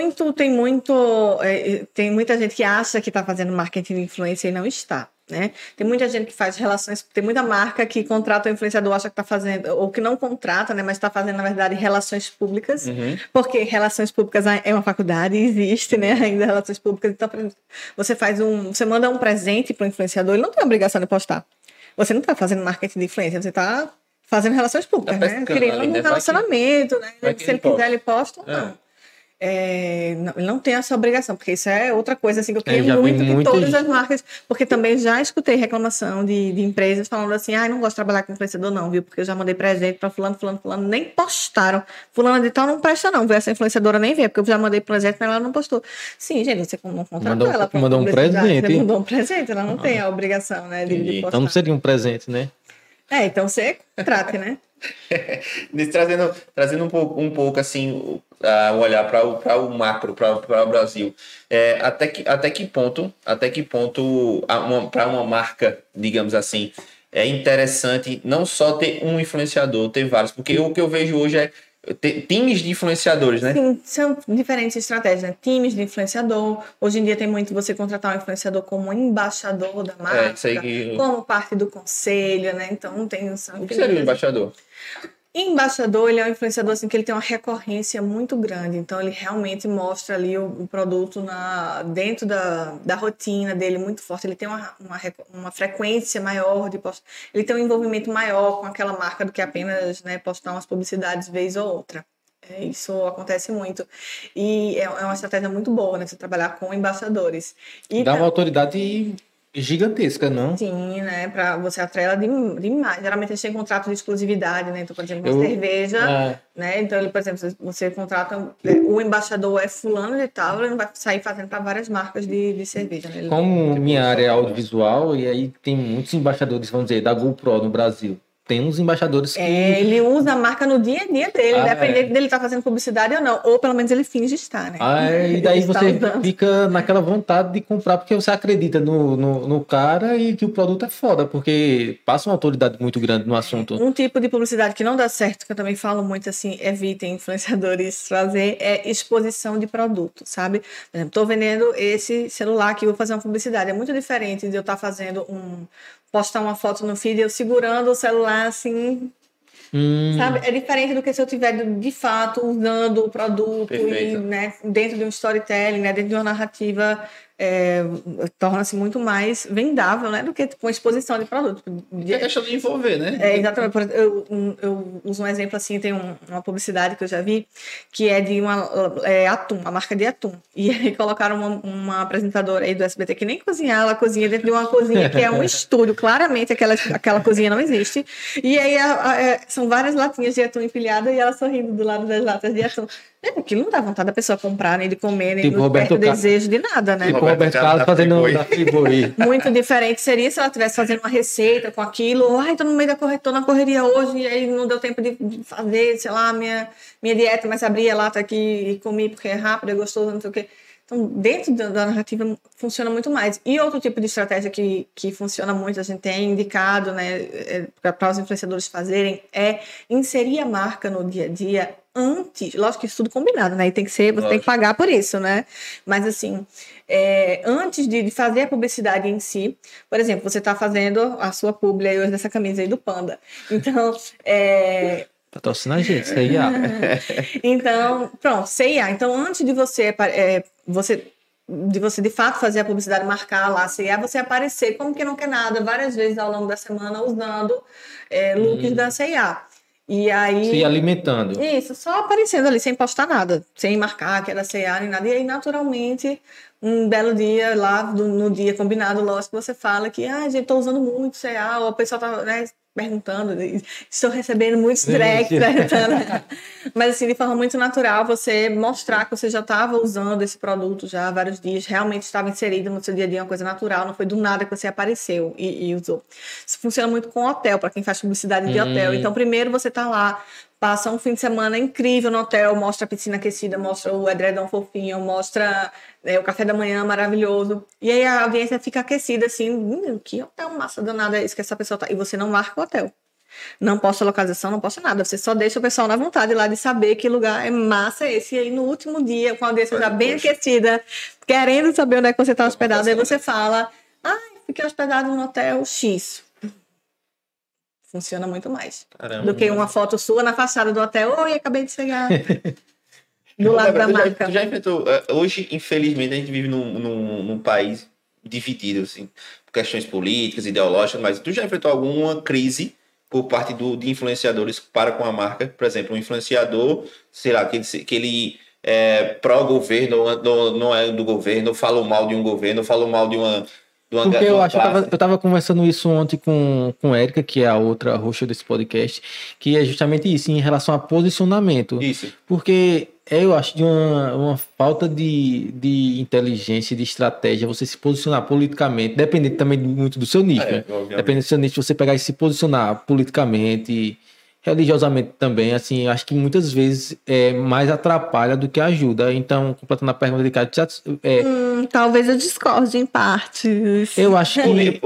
Tem muita gente que acha que está fazendo marketing de influência e não está, né? Tem muita gente que faz relações, tem muita marca que contrata o influenciador, acha que está fazendo, ou que não contrata, né? Mas está fazendo, na verdade, relações públicas, porque relações públicas é uma faculdade, existe, né? Ainda relações públicas. Então, você manda um presente para o influenciador, ele não tem a obrigação de postar. Você não está fazendo marketing de influência, você está fazendo relações públicas, né? Criando um relacionamento, né? Se ele quiser, ele posta ou não. Ele não tem essa obrigação, porque isso é outra coisa assim, que eu queria muito que todas as marcas, porque também já escutei reclamação de empresas falando assim, não gosto de trabalhar com influenciador não, viu? Porque eu já mandei presente para fulano, nem postaram. Fulana de tal não presta não, essa influenciadora nem vê, porque eu já mandei presente, mas ela não postou. Sim, gente, você não contratou ela para mandou um presente. Você mandou um presente, ela não tem a obrigação, né, de postar. Então não seria um presente, né? Então você trate, né? Trazendo um pouco assim o olhar para o macro, para o Brasil, até que ponto para uma marca, digamos assim, é interessante não só ter um influenciador, ter vários, porque o que eu vejo hoje é times de influenciadores, né? Sim, são diferentes estratégias, né? Times de influenciador. Hoje em dia tem muito você contratar um influenciador como embaixador da marca, como parte do conselho, né? Então tem... O que seria o embaixador? Embaixador, ele é um influenciador assim, que ele tem uma recorrência muito grande, então ele realmente mostra ali o produto dentro da rotina dele muito forte, ele tem uma frequência maior de post, ele tem um envolvimento maior com aquela marca do que apenas, né, postar umas publicidades vez ou outra. Isso acontece muito e é uma estratégia muito boa, né, você trabalhar com embaixadores. Dá uma autoridade gigantesca, não? Sim, né? Pra você atrela demais. Geralmente eles têm contrato de exclusividade, né? Então, por exemplo, uma cerveja, né? Então, ele, por exemplo, você contrata o embaixador é fulano de tal, ele não vai sair fazendo para várias marcas de cerveja, né? Como minha área é audiovisual, e aí tem muitos embaixadores, vamos dizer, da GoPro no Brasil. tem uns embaixadores que... ele usa a marca no dia a dia dele, independente dele estar fazendo publicidade ou não. Ou pelo menos ele finge estar, né? E daí você fica naquela vontade de comprar, porque você acredita no cara e que o produto é foda, porque passa uma autoridade muito grande no assunto. Um tipo de publicidade que não dá certo, que eu também falo muito assim, evitem influenciadores fazer, é exposição de produto, sabe? Por exemplo, estou vendendo esse celular aqui, vou fazer uma publicidade. É muito diferente de eu estar fazendo postar uma foto no feed, eu segurando o celular assim, sabe? É diferente do que se eu tiver de fato usando o produto. Perfeito. E, né, dentro de um storytelling, né, dentro de uma narrativa, torna-se muito mais vendável, né, do que tipo, uma exposição de produto. É questão de envolver, né? Exatamente. Eu uso um exemplo assim, tem uma publicidade que eu já vi, que é de atum, a marca de atum. E aí colocaram uma apresentadora aí do SBT que nem cozinhar, ela cozinha dentro de uma cozinha que é um estúdio, claramente aquela cozinha não existe. E aí são várias latinhas de atum empilhadas e ela sorrindo do lado das latas de atum. Aquilo não dá vontade da pessoa comprar, nem de comer, nem tipo do desejo de nada, né? Tipo Roberto Carlos fazendo da Friboi. Muito diferente seria se ela estivesse fazendo uma receita com aquilo. Ai, tô no meio tô na correria hoje e aí não deu tempo de fazer, sei lá, minha dieta, mas abri a lata aqui e comi porque é rápido, é gostoso, não sei o quê. Então, dentro da narrativa, funciona muito mais. E outro tipo de estratégia que funciona muito, a gente tem indicado, né, para os influenciadores fazerem, é inserir a marca no dia a dia antes, lógico que isso tudo combinado, né? E tem que ser, você tem que pagar por isso, né? Mas assim, antes de fazer a publicidade em si, por exemplo, você está fazendo a sua publi aí hoje dessa camisa aí do Panda. Então, patrocina a gente, CIA. Então, pronto, CIA. Então, antes de você de fato fazer a publicidade, marcar lá a CIA, você aparecer como que não quer nada várias vezes ao longo da semana usando looks da CIA. E aí, se alimentando. Isso, só aparecendo ali, sem postar nada, sem marcar que era C&A nem nada. E aí, naturalmente, um belo dia lá, no dia combinado, lógico, você fala que, gente, tô usando muito C&A, ou a pessoa tá, né, perguntando, estou recebendo muitos directs, mas assim, de forma muito natural, você mostrar que você já estava usando esse produto já há vários dias, realmente estava inserido no seu dia a dia, uma coisa natural, não foi do nada que você apareceu e usou. Isso funciona muito com hotel, para quem faz publicidade de hotel. Então, primeiro você está lá, passa um fim de semana incrível no hotel, mostra a piscina aquecida, mostra o edredom fofinho, mostra o café da manhã maravilhoso. E aí a audiência fica aquecida, assim, que hotel massa danada é esse que essa pessoa tá. E você não marca o hotel. Não posta localização, não posta nada. Você só deixa o pessoal na vontade lá de saber que lugar é massa esse. E aí no último dia, com a audiência já bem aquecida, querendo saber onde é que você está hospedado, aí você fala, fiquei hospedado no hotel X. Funciona muito mais. Caramba, do que uma foto sua na fachada do hotel. Oi, acabei de chegar. Do lado da marca. Tu já enfrentou... Hoje, infelizmente, a gente vive num país dividido, assim, por questões políticas, ideológicas, mas tu já enfrentou alguma crise por parte de influenciadores para com a marca? Por exemplo, um influenciador, sei lá, que ele é pró-governo, não é do governo, falou mal de um governo, falou mal de uma... Porque eu tava conversando isso ontem com Érica, que é a outra host desse podcast, que é justamente isso, em relação a posicionamento. Isso. Porque eu acho de uma falta de inteligência, de estratégia, você se posicionar politicamente, dependendo também muito do seu nicho. Dependendo do seu nicho, você pegar e se posicionar politicamente, religiosamente também, assim, acho que muitas vezes mais atrapalha do que ajuda. Então, completando a pergunta de Cássio, talvez eu discorde em partes. Eu acho que...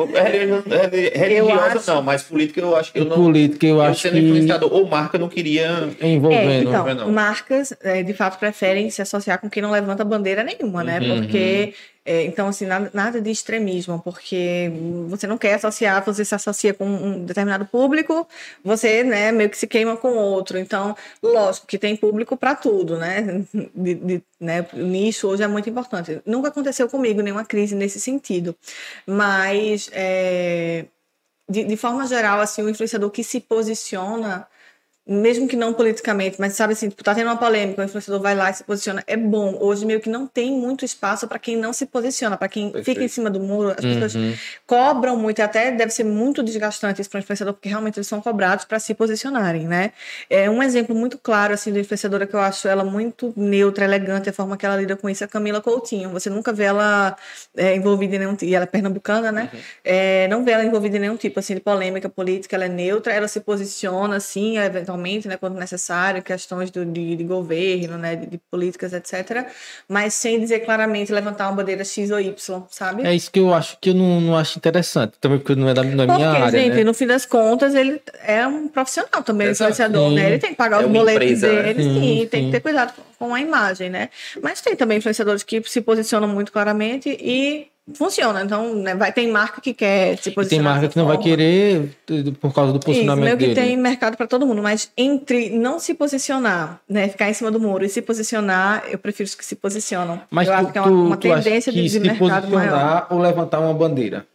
Religiosa não, mas política eu acho que eu não... Política eu acho sendo influenciador ou marca não queria... Envolvendo. Então, marcas, de fato, preferem se associar com quem não levanta bandeira nenhuma, né? Porque... então, assim, nada de extremismo, porque você não quer associar, você se associa com um determinado público, você, né, meio que se queima com outro. Então, lógico que tem público para tudo, né? Né? O nicho hoje é muito importante. Nunca aconteceu comigo nenhuma crise nesse sentido, mas, de forma geral, assim, o influenciador que se posiciona mesmo que não politicamente, mas sabe assim, tipo, tá tendo uma polêmica, o influenciador vai lá e se posiciona, é bom. Hoje meio que não tem muito espaço para quem não se posiciona, para quem fica em cima do muro. As pessoas cobram muito, e até deve ser muito desgastante isso para o influenciador, porque realmente eles são cobrados para se posicionarem, né? É um exemplo muito claro assim de influenciadora que eu acho ela muito neutra, elegante, a forma que ela lida com isso é a Camila Coutinho. Você nunca vê ela envolvida em nenhum tipo, e ela é pernambucana, né? Não vê ela envolvida em nenhum tipo assim de polêmica política, ela é neutra, ela se posiciona assim, eventualmente, né, quando necessário, questões de governo, né, de políticas, etc. Mas sem dizer claramente levantar uma bandeira X ou Y, sabe? É isso que eu acho que eu não acho interessante, também porque não é da minha área, gente, né? no fim das contas, ele é um profissional também, influenciador, sim. né? Ele tem que pagar os uma boletos empresa, né? dele, sim, tem que ter cuidado com a imagem, né? Mas tem também influenciadores que se posicionam muito claramente e funciona. Então, né, tem marca que quer se posicionar. E tem marca que não vai querer por causa do posicionamento meio que dele. tem mercado para todo mundo, mas entre não se posicionar, né, ficar em cima do muro e se posicionar, eu prefiro os que se posicionam. Mas eu acho que é uma tendência que de mercado maior. Se posicionar ou levantar uma bandeira?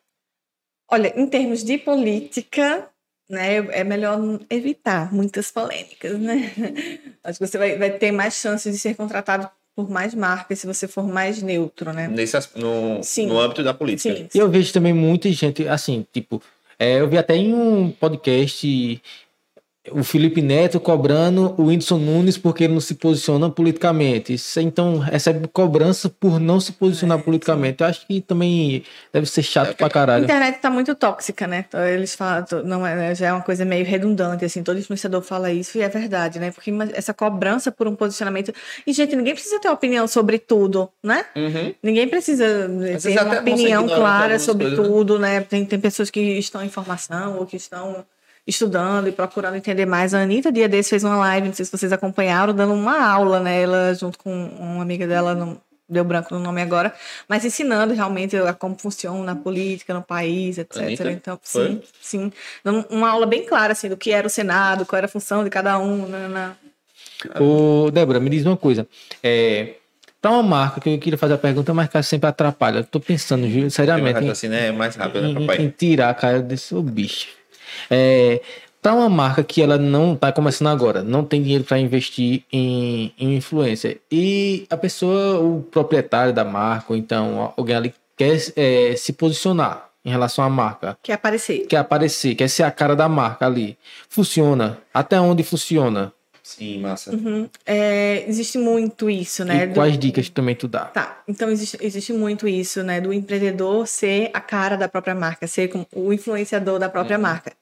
Olha, em termos de política, né, é melhor evitar muitas polêmicas, né? Acho que você vai ter mais chances de ser contratado por mais marcas se você for mais neutro, né? No âmbito da política. Sim. E eu vejo também muita gente, assim, tipo, eu vi até em um podcast o Felipe Neto cobrando o Whindersson Nunes porque ele não se posiciona politicamente. Então, recebe cobrança por não se posicionar politicamente. Sim. Eu acho que também deve ser chato pra caralho. A internet tá muito tóxica, né? Então, eles falam, já é uma coisa meio redundante, assim, todo influenciador fala isso e é verdade, né? Porque essa cobrança por um posicionamento... E, gente, ninguém precisa ter opinião sobre tudo, né? Ninguém precisa ter uma opinião clara sobre tudo, né? Tem pessoas que estão em formação ou que estão estudando e procurando entender mais. A Anitta, dia desse, fez uma live, não sei se vocês acompanharam, dando uma aula, né? Ela, junto com uma amiga dela, não deu branco no nome agora, mas ensinando realmente como funciona na política, no país, etc. Anitta? Então, sim. Dando uma aula bem clara, assim, do que era o Senado, qual era a função de cada um. Ô, Débora, me diz uma coisa. Para uma marca que eu queria fazer a pergunta, mas que sempre atrapalha. Eu tô pensando, seriamente, é mais rápido, né, papai? em tirar a cara desse bicho. Para uma marca que ela não está começando agora, não tem dinheiro para investir em influência, e a pessoa, o proprietário da marca, ou então alguém ali quer se posicionar em relação à marca. Quer aparecer, quer ser a cara da marca ali. Funciona? Até onde funciona? Sim, massa. Existe muito isso, né? E quais dicas também tu dá? Tá, então existe muito isso, né? Do empreendedor ser a cara da própria marca, ser o influenciador da própria marca.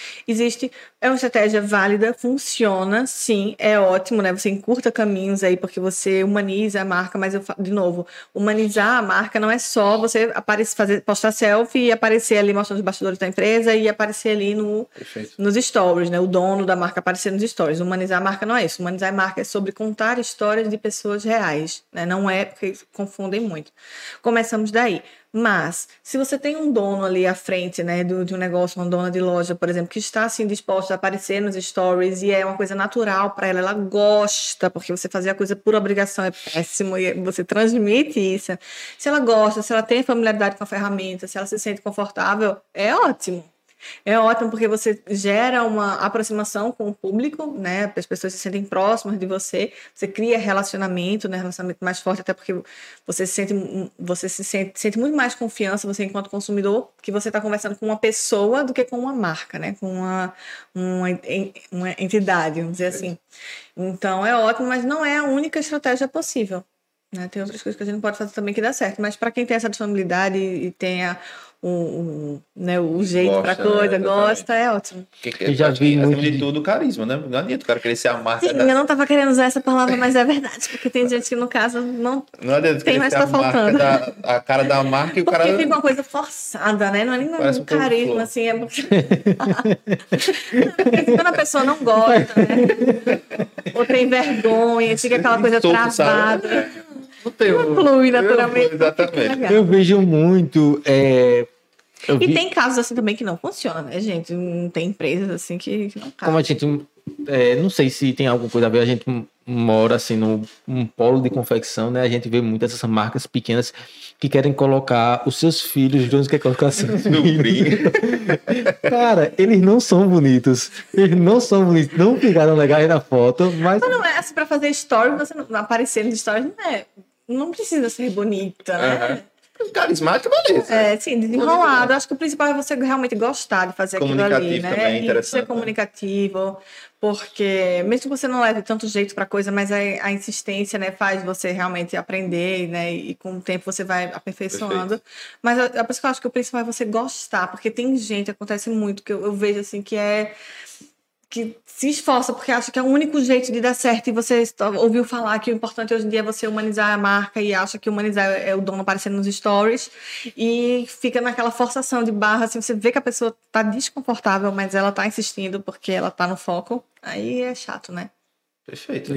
É uma estratégia válida, funciona, sim, é ótimo, né? Você encurta caminhos aí porque você humaniza a marca, mas de novo, humanizar a marca não é só você postar selfie e aparecer ali mostrando os bastidores da empresa e aparecer ali nos stories, né? O dono da marca aparecer nos stories. Humanizar a marca não é isso. Humanizar a marca é sobre contar histórias de pessoas reais, né? Não é porque confundem muito. Começamos daí. Mas, se você tem um dono ali à frente, né, de um negócio, uma dona de loja, por exemplo, que está assim disposta a aparecer nos stories e é uma coisa natural para ela gosta, porque você fazer a coisa por obrigação é péssimo e você transmite isso. Se ela gosta, se ela tem familiaridade com a ferramenta, se ela se sente confortável, é ótimo. É ótimo porque você gera uma aproximação com o público, né? As pessoas se sentem próximas de você, você cria relacionamento, né? Relacionamento mais forte, até porque você se sente muito mais confiança, você enquanto consumidor, que você está conversando com uma pessoa do que com uma marca, né? Com uma entidade, vamos dizer assim. Então é ótimo, mas não é a única estratégia possível, né? Tem outras coisas que a gente pode fazer também que dá certo, mas para quem tem essa disponibilidade e tenha o jeito para coisa, gosta, é ótimo. Eu já vi muito de tudo carisma, né? Não adianta o cara querer ser a marca. Sim, eu não estava querendo usar essa palavra, mas é verdade, porque tem gente que no caso não tem mais tá faltando. A cara da marca e o cara. Porque fica uma coisa forçada, né? Não é nem um carisma, assim, é porque quando a pessoa não gosta, né? Ou tem vergonha, fica aquela coisa travada. Não flui naturalmente. Exatamente. Eu vejo muito. Tem casos assim também que não funcionam, né, gente? Tem empresas assim que não cabem. Como a gente não sei se tem alguma coisa a ver, a gente mora assim num polo de confecção, né? A gente vê muitas dessas marcas pequenas que querem colocar os seus filhos, de onde quer colocar seus filhos. Cara, eles não são bonitos. Eles não são bonitos. Não ficaram legais na foto, mas... Mas não é assim, pra fazer story, você não aparecer nos stories, não precisa ser bonita, né? Carismático, beleza. Sim, desenrolado. Acho que o principal é você realmente gostar de fazer aquilo ali, né? Também, e interessante, ser comunicativo, porque mesmo que você não leve tanto jeito para coisa, mas a insistência, né, faz você realmente aprender, né? E com o tempo você vai aperfeiçoando. Perfeito. Mas é por isso que eu acho que o principal é você gostar, porque tem gente, acontece muito, que eu vejo assim, que se esforça porque acha que é o único jeito de dar certo, e você ouviu falar que o importante hoje em dia é você humanizar a marca e acha que humanizar é o dono aparecendo nos stories e fica naquela forçação de barra, assim, você vê que a pessoa tá desconfortável, mas ela tá insistindo porque ela tá no foco, aí é chato, né? Perfeito.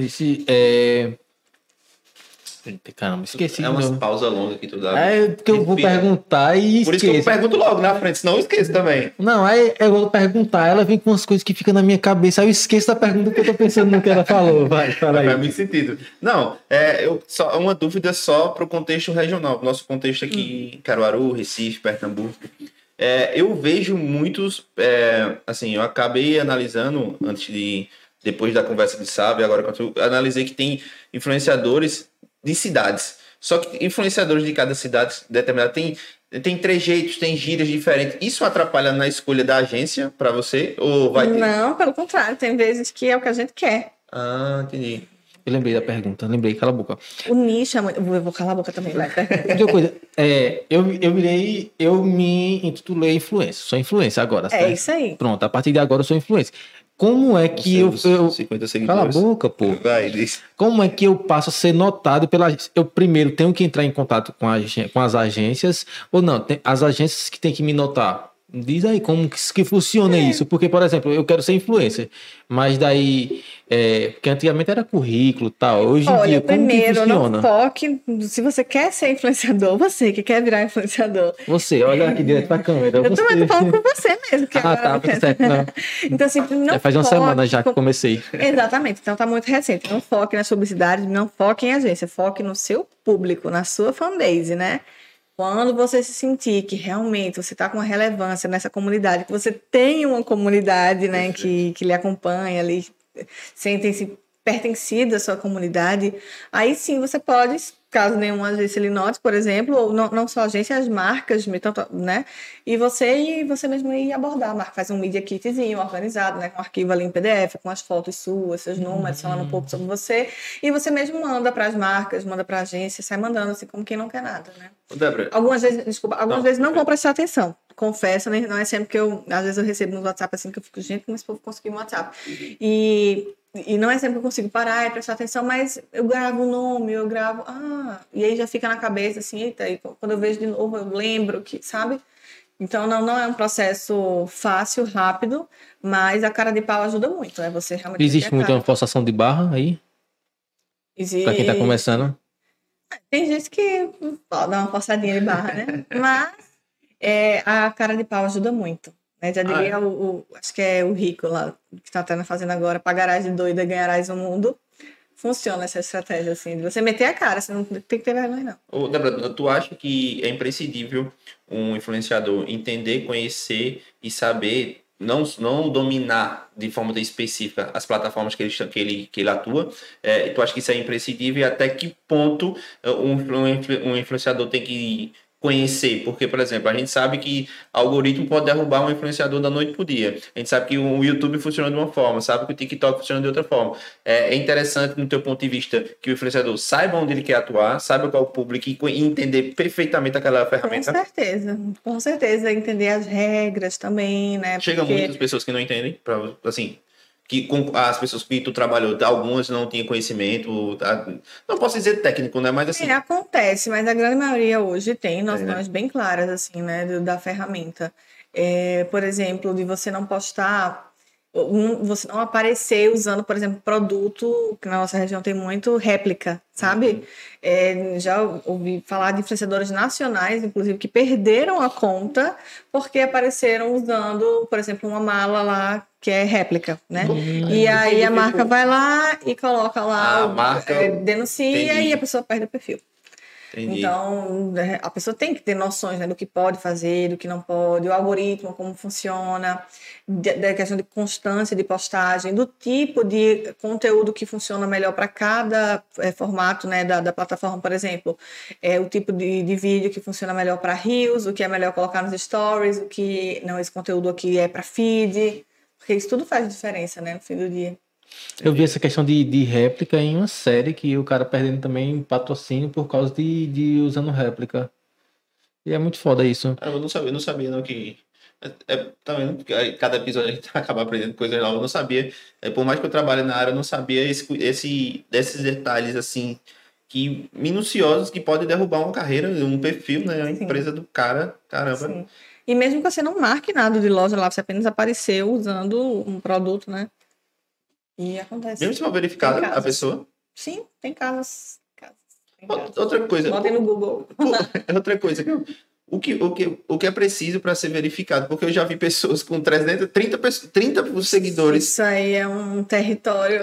Caramba, esqueci. É umas pausas longas que tu dá. Porque eu vou perguntar e esqueço. Por isso que eu pergunto logo na frente, senão eu esqueço também. Não, aí eu vou perguntar, ela vem com umas coisas que ficam na minha cabeça, aí eu esqueço da pergunta que eu tô pensando no que ela falou. Vai, fala aí. Faz muito sentido. Não, só uma dúvida só para o contexto regional. Nosso contexto aqui em Caruaru, Recife, Pernambuco. Eu vejo muitos... assim, eu acabei analisando depois da conversa de Sábio, agora eu analisei que tem influenciadores de cidades. Só que influenciadores de cada cidade determinada tem trejeitos, tem gírias diferentes. Isso atrapalha na escolha da agência para você? Ou vai ter? Não, pelo contrário, tem vezes que é o que a gente quer. Ah, entendi. Eu lembrei da pergunta, cala a boca. O nicho é muito... Eu vou calar a boca também, vai. Outra coisa, eu me intitulei influencer, sou influencer agora. É isso aí. Pronto, a partir de agora eu sou influencer. Como é que eu 50 seguidores. Cala a boca, pô. Vai, diz. Como é que eu passo a ser notado pela agência? Eu primeiro tenho que entrar em contato com as agências, ou não, as agências que têm que me notar. Diz aí como que funciona isso. Porque, por exemplo, eu quero ser influencer, mas daí... porque antigamente era currículo e tal. Hoje em dia, como que funciona? Não foque... Se você quer ser influenciador, você que quer virar influenciador. Você, olha aqui direto pra câmera. Eu também tô falando com você mesmo. Que tá certo. Não. Então, assim, não faz uma semana já que comecei. Exatamente. Então, tá muito recente. Não foque nas publicidades, não foque em agência. Foque no seu público, na sua fanbase, né? Quando você se sentir que realmente você está com uma relevância nessa comunidade, que você tem uma comunidade, né, que lhe acompanha, ali, sentem-se pertencidos à sua comunidade, aí sim você pode, caso nenhuma agência lhe note, por exemplo, ou não só a agência, as marcas, né? E você mesmo ir abordar a marca, faz um media kitzinho organizado, né? Com um arquivo ali em PDF, com as fotos suas, seus números, falando um pouco sobre você, e você mesmo manda para as marcas, manda para a agência, sai mandando assim como quem não quer nada, né? Débora. Algumas vezes não vão prestar atenção. Confesso, né? Não é sempre que às vezes eu recebo no WhatsApp assim que eu fico, gente, como esse povo conseguiu um WhatsApp? E não é sempre que eu consigo parar e prestar atenção, mas eu gravo o nome, e aí já fica na cabeça assim, eita, e quando eu vejo de novo, eu lembro que, sabe? Então não é um processo fácil, rápido, mas a cara de pau ajuda muito, né? Você realmente existe muito uma forçação de barra aí? Existe. Pra quem tá começando? Tem gente que pode dar uma forçadinha de barra, né? Mas a cara de pau ajuda muito. Né? Já diria acho que é o Rico lá, que tá até fazendo agora, pagarás de doida, ganharás o mundo. Funciona essa estratégia, assim, de você meter a cara, você não tem que ter vergonha, não. Débora, tu acha que é imprescindível um influenciador entender, conhecer e saber, não dominar de forma específica as plataformas que ele atua? Tu acha que isso é imprescindível e até que ponto um influenciador tem que conhecer? Porque, por exemplo, a gente sabe que algoritmo pode derrubar um influenciador da noite pro dia. A gente sabe que o YouTube funciona de uma forma, sabe que o TikTok funciona de outra forma. É interessante, no teu ponto de vista, que o influenciador saiba onde ele quer atuar, saiba qual é o público e entender perfeitamente aquela ferramenta. Com certeza. Entender as regras também, né? Chega muitas pessoas que não entendem, assim... que com as pessoas que tu trabalhou, algumas não tinham conhecimento, não posso dizer técnico, né? Mas assim... acontece, mas a grande maioria hoje tem noções bem claras, assim, né? Da ferramenta. Por exemplo, de você não postar, você não aparecer usando, por exemplo, produto, que na nossa região tem muito, réplica, sabe? Já ouvi falar de influenciadores nacionais, inclusive, que perderam a conta porque apareceram usando, por exemplo, uma mala lá que é réplica, né? E aí a marca vai lá e coloca lá, A marca... denuncia Entendi. e a pessoa perde o perfil. Entendi. Então, a pessoa tem que ter noções, né, do que pode fazer, do que não pode, o algoritmo, como funciona, da questão de constância de postagem, do tipo de conteúdo que funciona melhor para cada formato, né, da plataforma, por exemplo. O tipo de vídeo que funciona melhor para Reels, o que é melhor colocar nos stories, o que não, esse conteúdo aqui é para feed, porque isso tudo faz diferença, né, no fim do dia. Eu vi essa questão de réplica em uma série que o cara perdendo também patrocínio por causa de usando réplica. E é muito foda isso. Eu não sabia não que... tá vendo? Cada episódio a gente acaba aprendendo coisas novas. Eu não sabia. Por mais que eu trabalhe na área, eu não sabia desses detalhes assim, que minuciosos que podem derrubar uma carreira, um perfil, né? A empresa do cara. Caramba. Sim. E mesmo que você não marque nada de loja lá, você apenas apareceu usando um produto, né? E acontece. Mesmo se for verificada a pessoa? Sim, tem casos. Outra coisa. Botem no Google. Outra coisa. O que é preciso para ser verificado? Porque eu já vi pessoas com 30 seguidores. Isso aí é um território.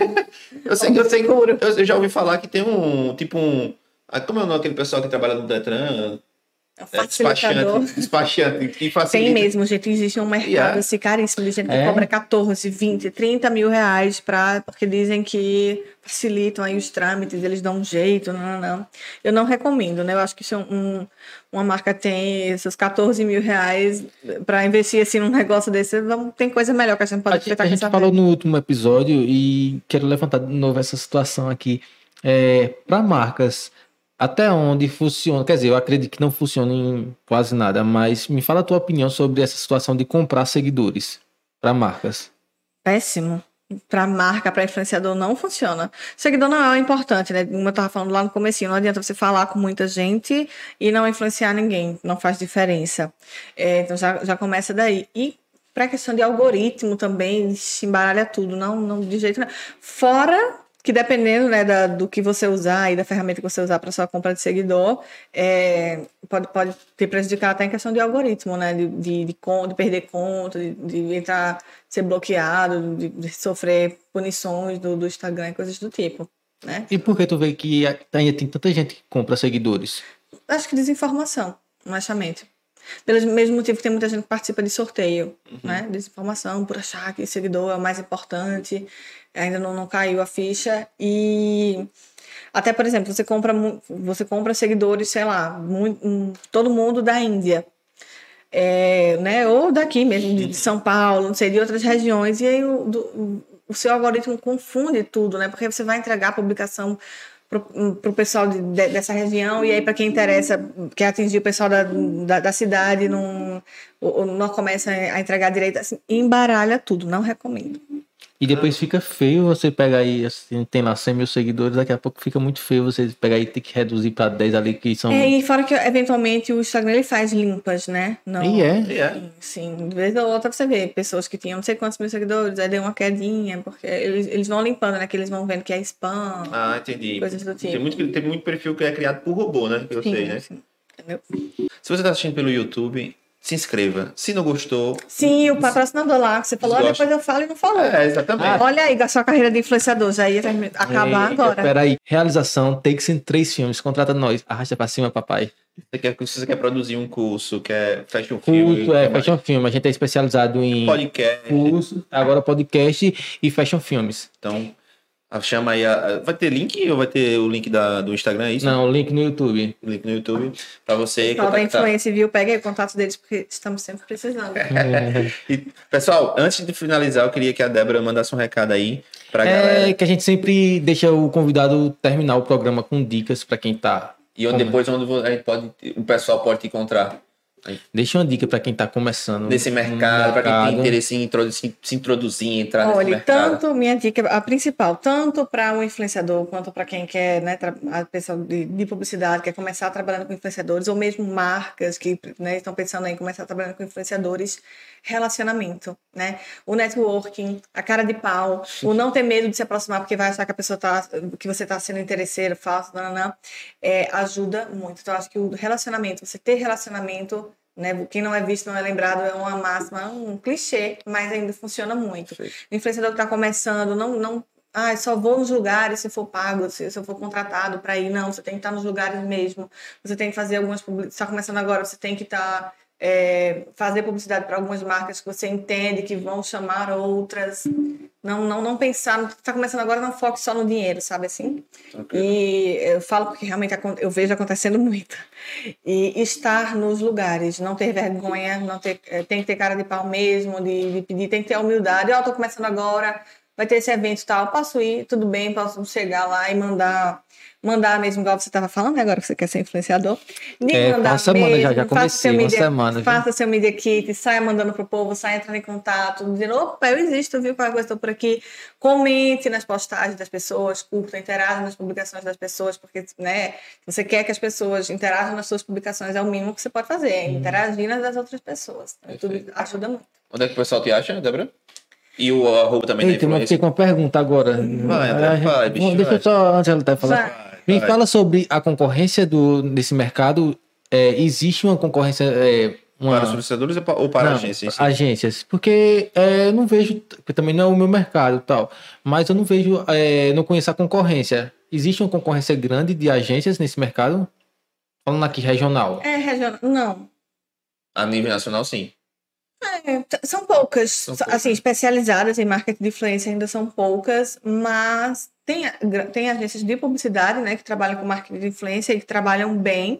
Eu já ouvi falar que tem como é o nome daquele pessoal que trabalha no Detran? Despachante que facilita. Tem mesmo, gente. Existe um mercado assim, caríssimo de gente que cobra 14, 20, 30 mil reais porque dizem que facilitam aí os trâmites, eles dão um jeito. Não. Eu não recomendo, né? Eu acho que se uma marca tem esses 14 mil reais para investir assim num negócio desse, tem coisa melhor que a gente pode fazer. A gente falou no último episódio e quero levantar de novo essa situação aqui. Para marcas, até onde funciona? Quer dizer, eu acredito que não funciona em quase nada, mas me fala a tua opinião sobre essa situação de comprar seguidores para marcas. Péssimo. Para marca, para influenciador, não funciona. Seguidor não é importante, né? Como eu estava falando lá no comecinho, não adianta você falar com muita gente e não influenciar ninguém, não faz diferença. Então já começa daí. E para a questão de algoritmo também, se embaralha tudo, não de jeito nenhum. Fora que dependendo, né, do que você usar e da ferramenta que você usar para sua compra de seguidor, pode ter prejudicado até em questão de algoritmo, né, de perder conta, de entrar, ser bloqueado, de sofrer punições do Instagram e coisas do tipo, né? E por que tu vê que ainda tem tanta gente que compra seguidores? Acho que desinformação, honestamente. Pelo mesmo motivo que tem muita gente que participa de sorteio, né? Desinformação, por achar que seguidor é o mais importante, ainda não caiu a ficha. E até, por exemplo, você compra seguidores, sei lá, todo mundo da Índia, né? Ou daqui mesmo, de São Paulo, não sei, de outras regiões, e aí o seu algoritmo confunde tudo, né? Porque você vai entregar a publicação para o pessoal dessa região, e aí para quem interessa, quer atingir o pessoal da cidade, não começa a entregar direito, assim, embaralha tudo, não recomendo. E depois fica feio você pegar aí, assim, tem lá 100 mil seguidores, daqui a pouco fica muito feio você pegar e ter que reduzir para 10 ali que são... E fora que eventualmente o Instagram ele faz limpas, né? Não, sim, de vez ou outra você vê pessoas que tinham não sei quantos mil seguidores, aí deu uma quedinha, porque eles vão limpando, né? Que eles vão vendo que é spam. Ah, entendi. Coisas do tipo. Tem muito perfil que é criado por robô, né? Que eu sei, né? Sim, entendeu? Se você está assistindo pelo YouTube, se inscreva. Se não gostou... Sim, o patrocinador lá, que você falou, depois eu falo e não falou. Exatamente. Olha aí, a sua carreira de influenciador, já ia acabar agora. Peraí, realização, takes em 3 filmes, contrata nós, arrasta pra cima, papai. Se você quer produzir um curso, quer fashion film... fashion film, a gente é especializado em... podcast. Curso, agora podcast e fashion filmes. Então... Chama aí vai ter link ou vai ter o link do Instagram, é isso? Não, o link no YouTube. O link no YouTube para você contactar. Da influência, viu? Pega aí o contato deles, porque estamos sempre precisando. E, pessoal, antes de finalizar, eu queria que a Débora mandasse um recado aí pra galera. Que a gente sempre deixa o convidado terminar o programa com dicas para quem tá... E onde o pessoal pode te encontrar. Deixa uma dica para quem está começando nesse mercado, para quem tem interesse em se introduzir, entrar nesse mercado. Minha dica, a principal, tanto para um influenciador quanto para quem quer, né, a pessoa de publicidade, quer começar trabalhando com influenciadores, ou mesmo marcas que, né, estão pensando em começar trabalhando com influenciadores, relacionamento, né? O networking, a cara de pau, o não ter medo de se aproximar porque vai achar que a pessoa que você está sendo interesseiro, falso, ajuda muito. Então, acho que o relacionamento, você ter relacionamento né? Quem não é visto não é lembrado é uma máxima, um clichê, mas ainda funciona muito. O influenciador que está começando, não só vou nos lugares se for pago, se eu for contratado para ir. Não, você tem que estar nos lugares mesmo. Você tem que fazer algumas publicidades. Está começando agora, você tem que estar... fazer publicidade para algumas marcas que você entende que vão chamar outras. Não pensar, está começando agora, não foque só no dinheiro, sabe assim? Okay. E eu falo porque realmente eu vejo acontecendo muito. E estar nos lugares, não ter vergonha, tem que ter cara de pau mesmo, de pedir, tem que ter a humildade. Estou começando agora, vai ter esse evento e tal, posso ir, tudo bem, posso chegar lá e mandar mesmo, igual você estava falando, né? Agora que você quer ser influenciador. Mandar mesmo, já comecei, uma semana. Faça seu media kit, saia mandando pro povo, saia entrando em contato, dizendo, opa, eu existo, viu? Qualquer coisa, estou por aqui. Comente nas postagens das pessoas, curta, interaja nas publicações das pessoas, porque, né, você quer que as pessoas interajam nas suas publicações, é o mínimo que você pode fazer, interagir nas das outras pessoas. Então, tudo ajuda muito. Onde é que o pessoal te acha, Débora? E o arroba também da influência? Eu fiquei com uma pergunta agora. Vai, bicho. Deixa eu só, antes ela tá falando. Me fala sobre a concorrência desse mercado. Existe uma concorrência... Para os fornecedores ou para agências? Agências. Porque eu não vejo... Porque também não é o meu mercado e tal. Mas eu não vejo... não conheço a concorrência. Existe uma concorrência grande de agências nesse mercado? Falando aqui regional. Regional. Não. A nível nacional, sim. São poucas, assim, especializadas em marketing de influência ainda são poucas, mas tem agências de publicidade, né, que trabalham com marketing de influência e que trabalham bem.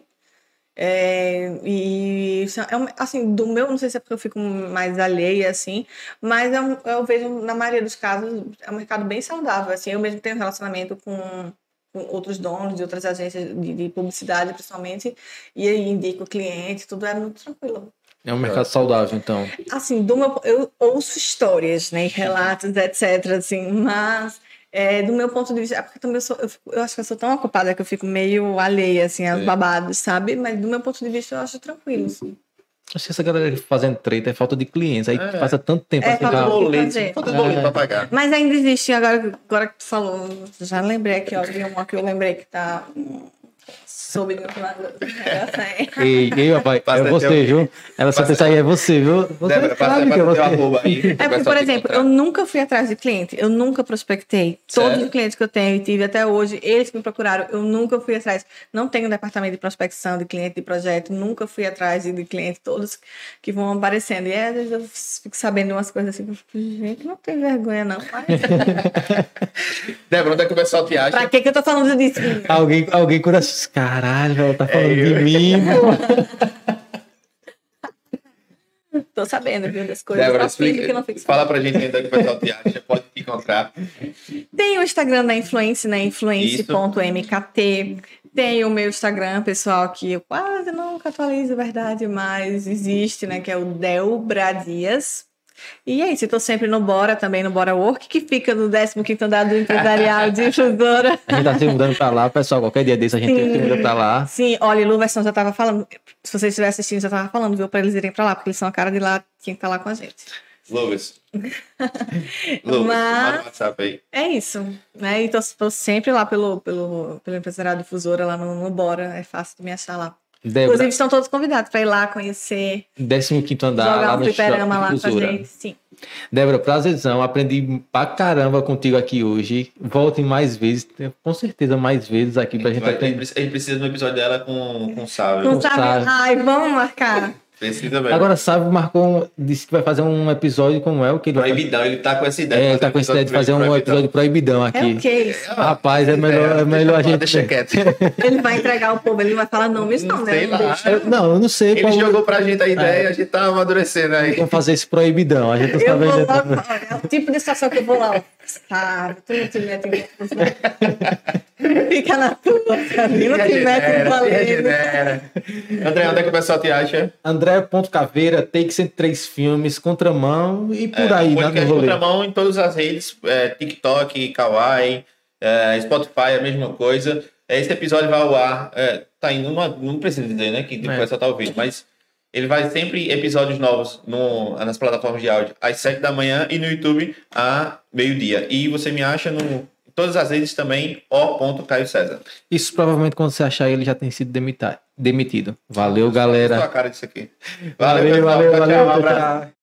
Assim, do meu, não sei se é porque eu fico mais alheia, assim, mas eu vejo, na maioria dos casos, é um mercado bem saudável, assim, eu mesmo tenho relacionamento com outros donos de outras agências de publicidade, principalmente, e aí indico o cliente, tudo é muito tranquilo. É um mercado saudável, então. Assim, eu ouço histórias, né, relatos, etc, assim, mas do meu ponto de vista, porque também eu acho que eu sou tão ocupada que eu fico meio alheia, assim, aos babados, sabe? Mas do meu ponto de vista eu acho tranquilo, assim. Acho que essa galera fazendo treta é falta de clientes, aí passa tanto tempo assim. Falta boleto pra pagar. Mas ainda existe, agora que tu falou, já lembrei aqui, ó, de uma que eu lembrei que tá... Soube do Ei, papai, é você, viu? Ela só pensa aí, é você, viu? Você Débora, sabe que é você. Porque, por exemplo, eu nunca fui atrás de cliente, eu nunca prospectei. Todos os clientes que eu tenho e tive até hoje, eles que me procuraram, eu nunca fui atrás. Não tenho departamento de prospecção de cliente de projeto, nunca fui atrás de cliente, todos que vão aparecendo. E às vezes eu fico sabendo umas coisas assim, gente, não tem vergonha não. Débora, onde é que o pessoal te acha? Pra que eu tô falando disso? Alguém cura esses caralho, ela tá falando de mim. Tô sabendo, viu, das coisas. Débora, fala pra gente onde é que o pessoal te acha, pode te encontrar. Tem o Instagram da Influence, né? Influence.mkt. Tem o meu Instagram, pessoal, que eu quase nunca atualizo, verdade, mas existe, né? Que é o Delbradias. E é isso, eu tô sempre no Bora, também no Bora Work, que fica no 15º andar do Empresarial de Difusora. A gente tá se mudando pra lá, pessoal, qualquer dia desse a gente se muda pra lá. Sim, olha, Lu Versão já tava falando, se vocês estiverem assistindo, já tava falando, viu, pra eles irem pra lá, porque eles são a cara de lá, quem tá lá com a gente. Louis, manda um WhatsApp aí. É isso, né, então tô sempre lá pelo Empresarial de Difusora, lá no Bora, é fácil de me achar lá. Débora, inclusive, estão todos convidados para ir lá conhecer. 15º andar, jogar lá um fliperama lá com a gente, sim. Débora, prazerzão, aprendi pra caramba contigo aqui hoje. Voltem mais vezes, com certeza mais vezes aqui pra gente aprender. A gente precisa de um episódio dela com o Sávio. Com o Sávio, ai, vamos marcar. Precisa mesmo. Agora, Sávio disse que vai fazer um episódio como é o que ele Proibidão, ele tá com essa ideia. Ele tá com essa ideia de fazer um episódio proibidão aqui. É o que isso? Rapaz, é melhor a gente... Deixa quieto. Ele vai entregar o povo, ele não vai falar nomes não, né? Não, eu não sei. Ele jogou pra gente a ideia, a gente tá amadurecendo aí. Vamos fazer esse proibidão, a gente não sabe... É o tipo de situação que eu vou lá, sabe? Tu não te mete em fica na tua, sabe? Não te mete em valendo. André, onde é que o pessoal te acha? André.caveira, Take 103 Filmes, Contramão e por aí, né? Contramão em todas as redes, TikTok, Kawaii, Spotify, a mesma coisa. Esse episódio vai ao ar, tá indo, não precisa dizer, né, que o pessoal tá ouvindo, mas ele vai sempre episódios novos nas plataformas de áudio às 7 da manhã e no YouTube a meio-dia. E você me acha no todas as redes também, o.Caio César. Isso provavelmente quando você achar ele já tem sido demitido. Valeu, galera. Só a cara disso aqui. Valeu, pessoal. valeu, Tchau, valeu. um Tchau, abraço. tchau.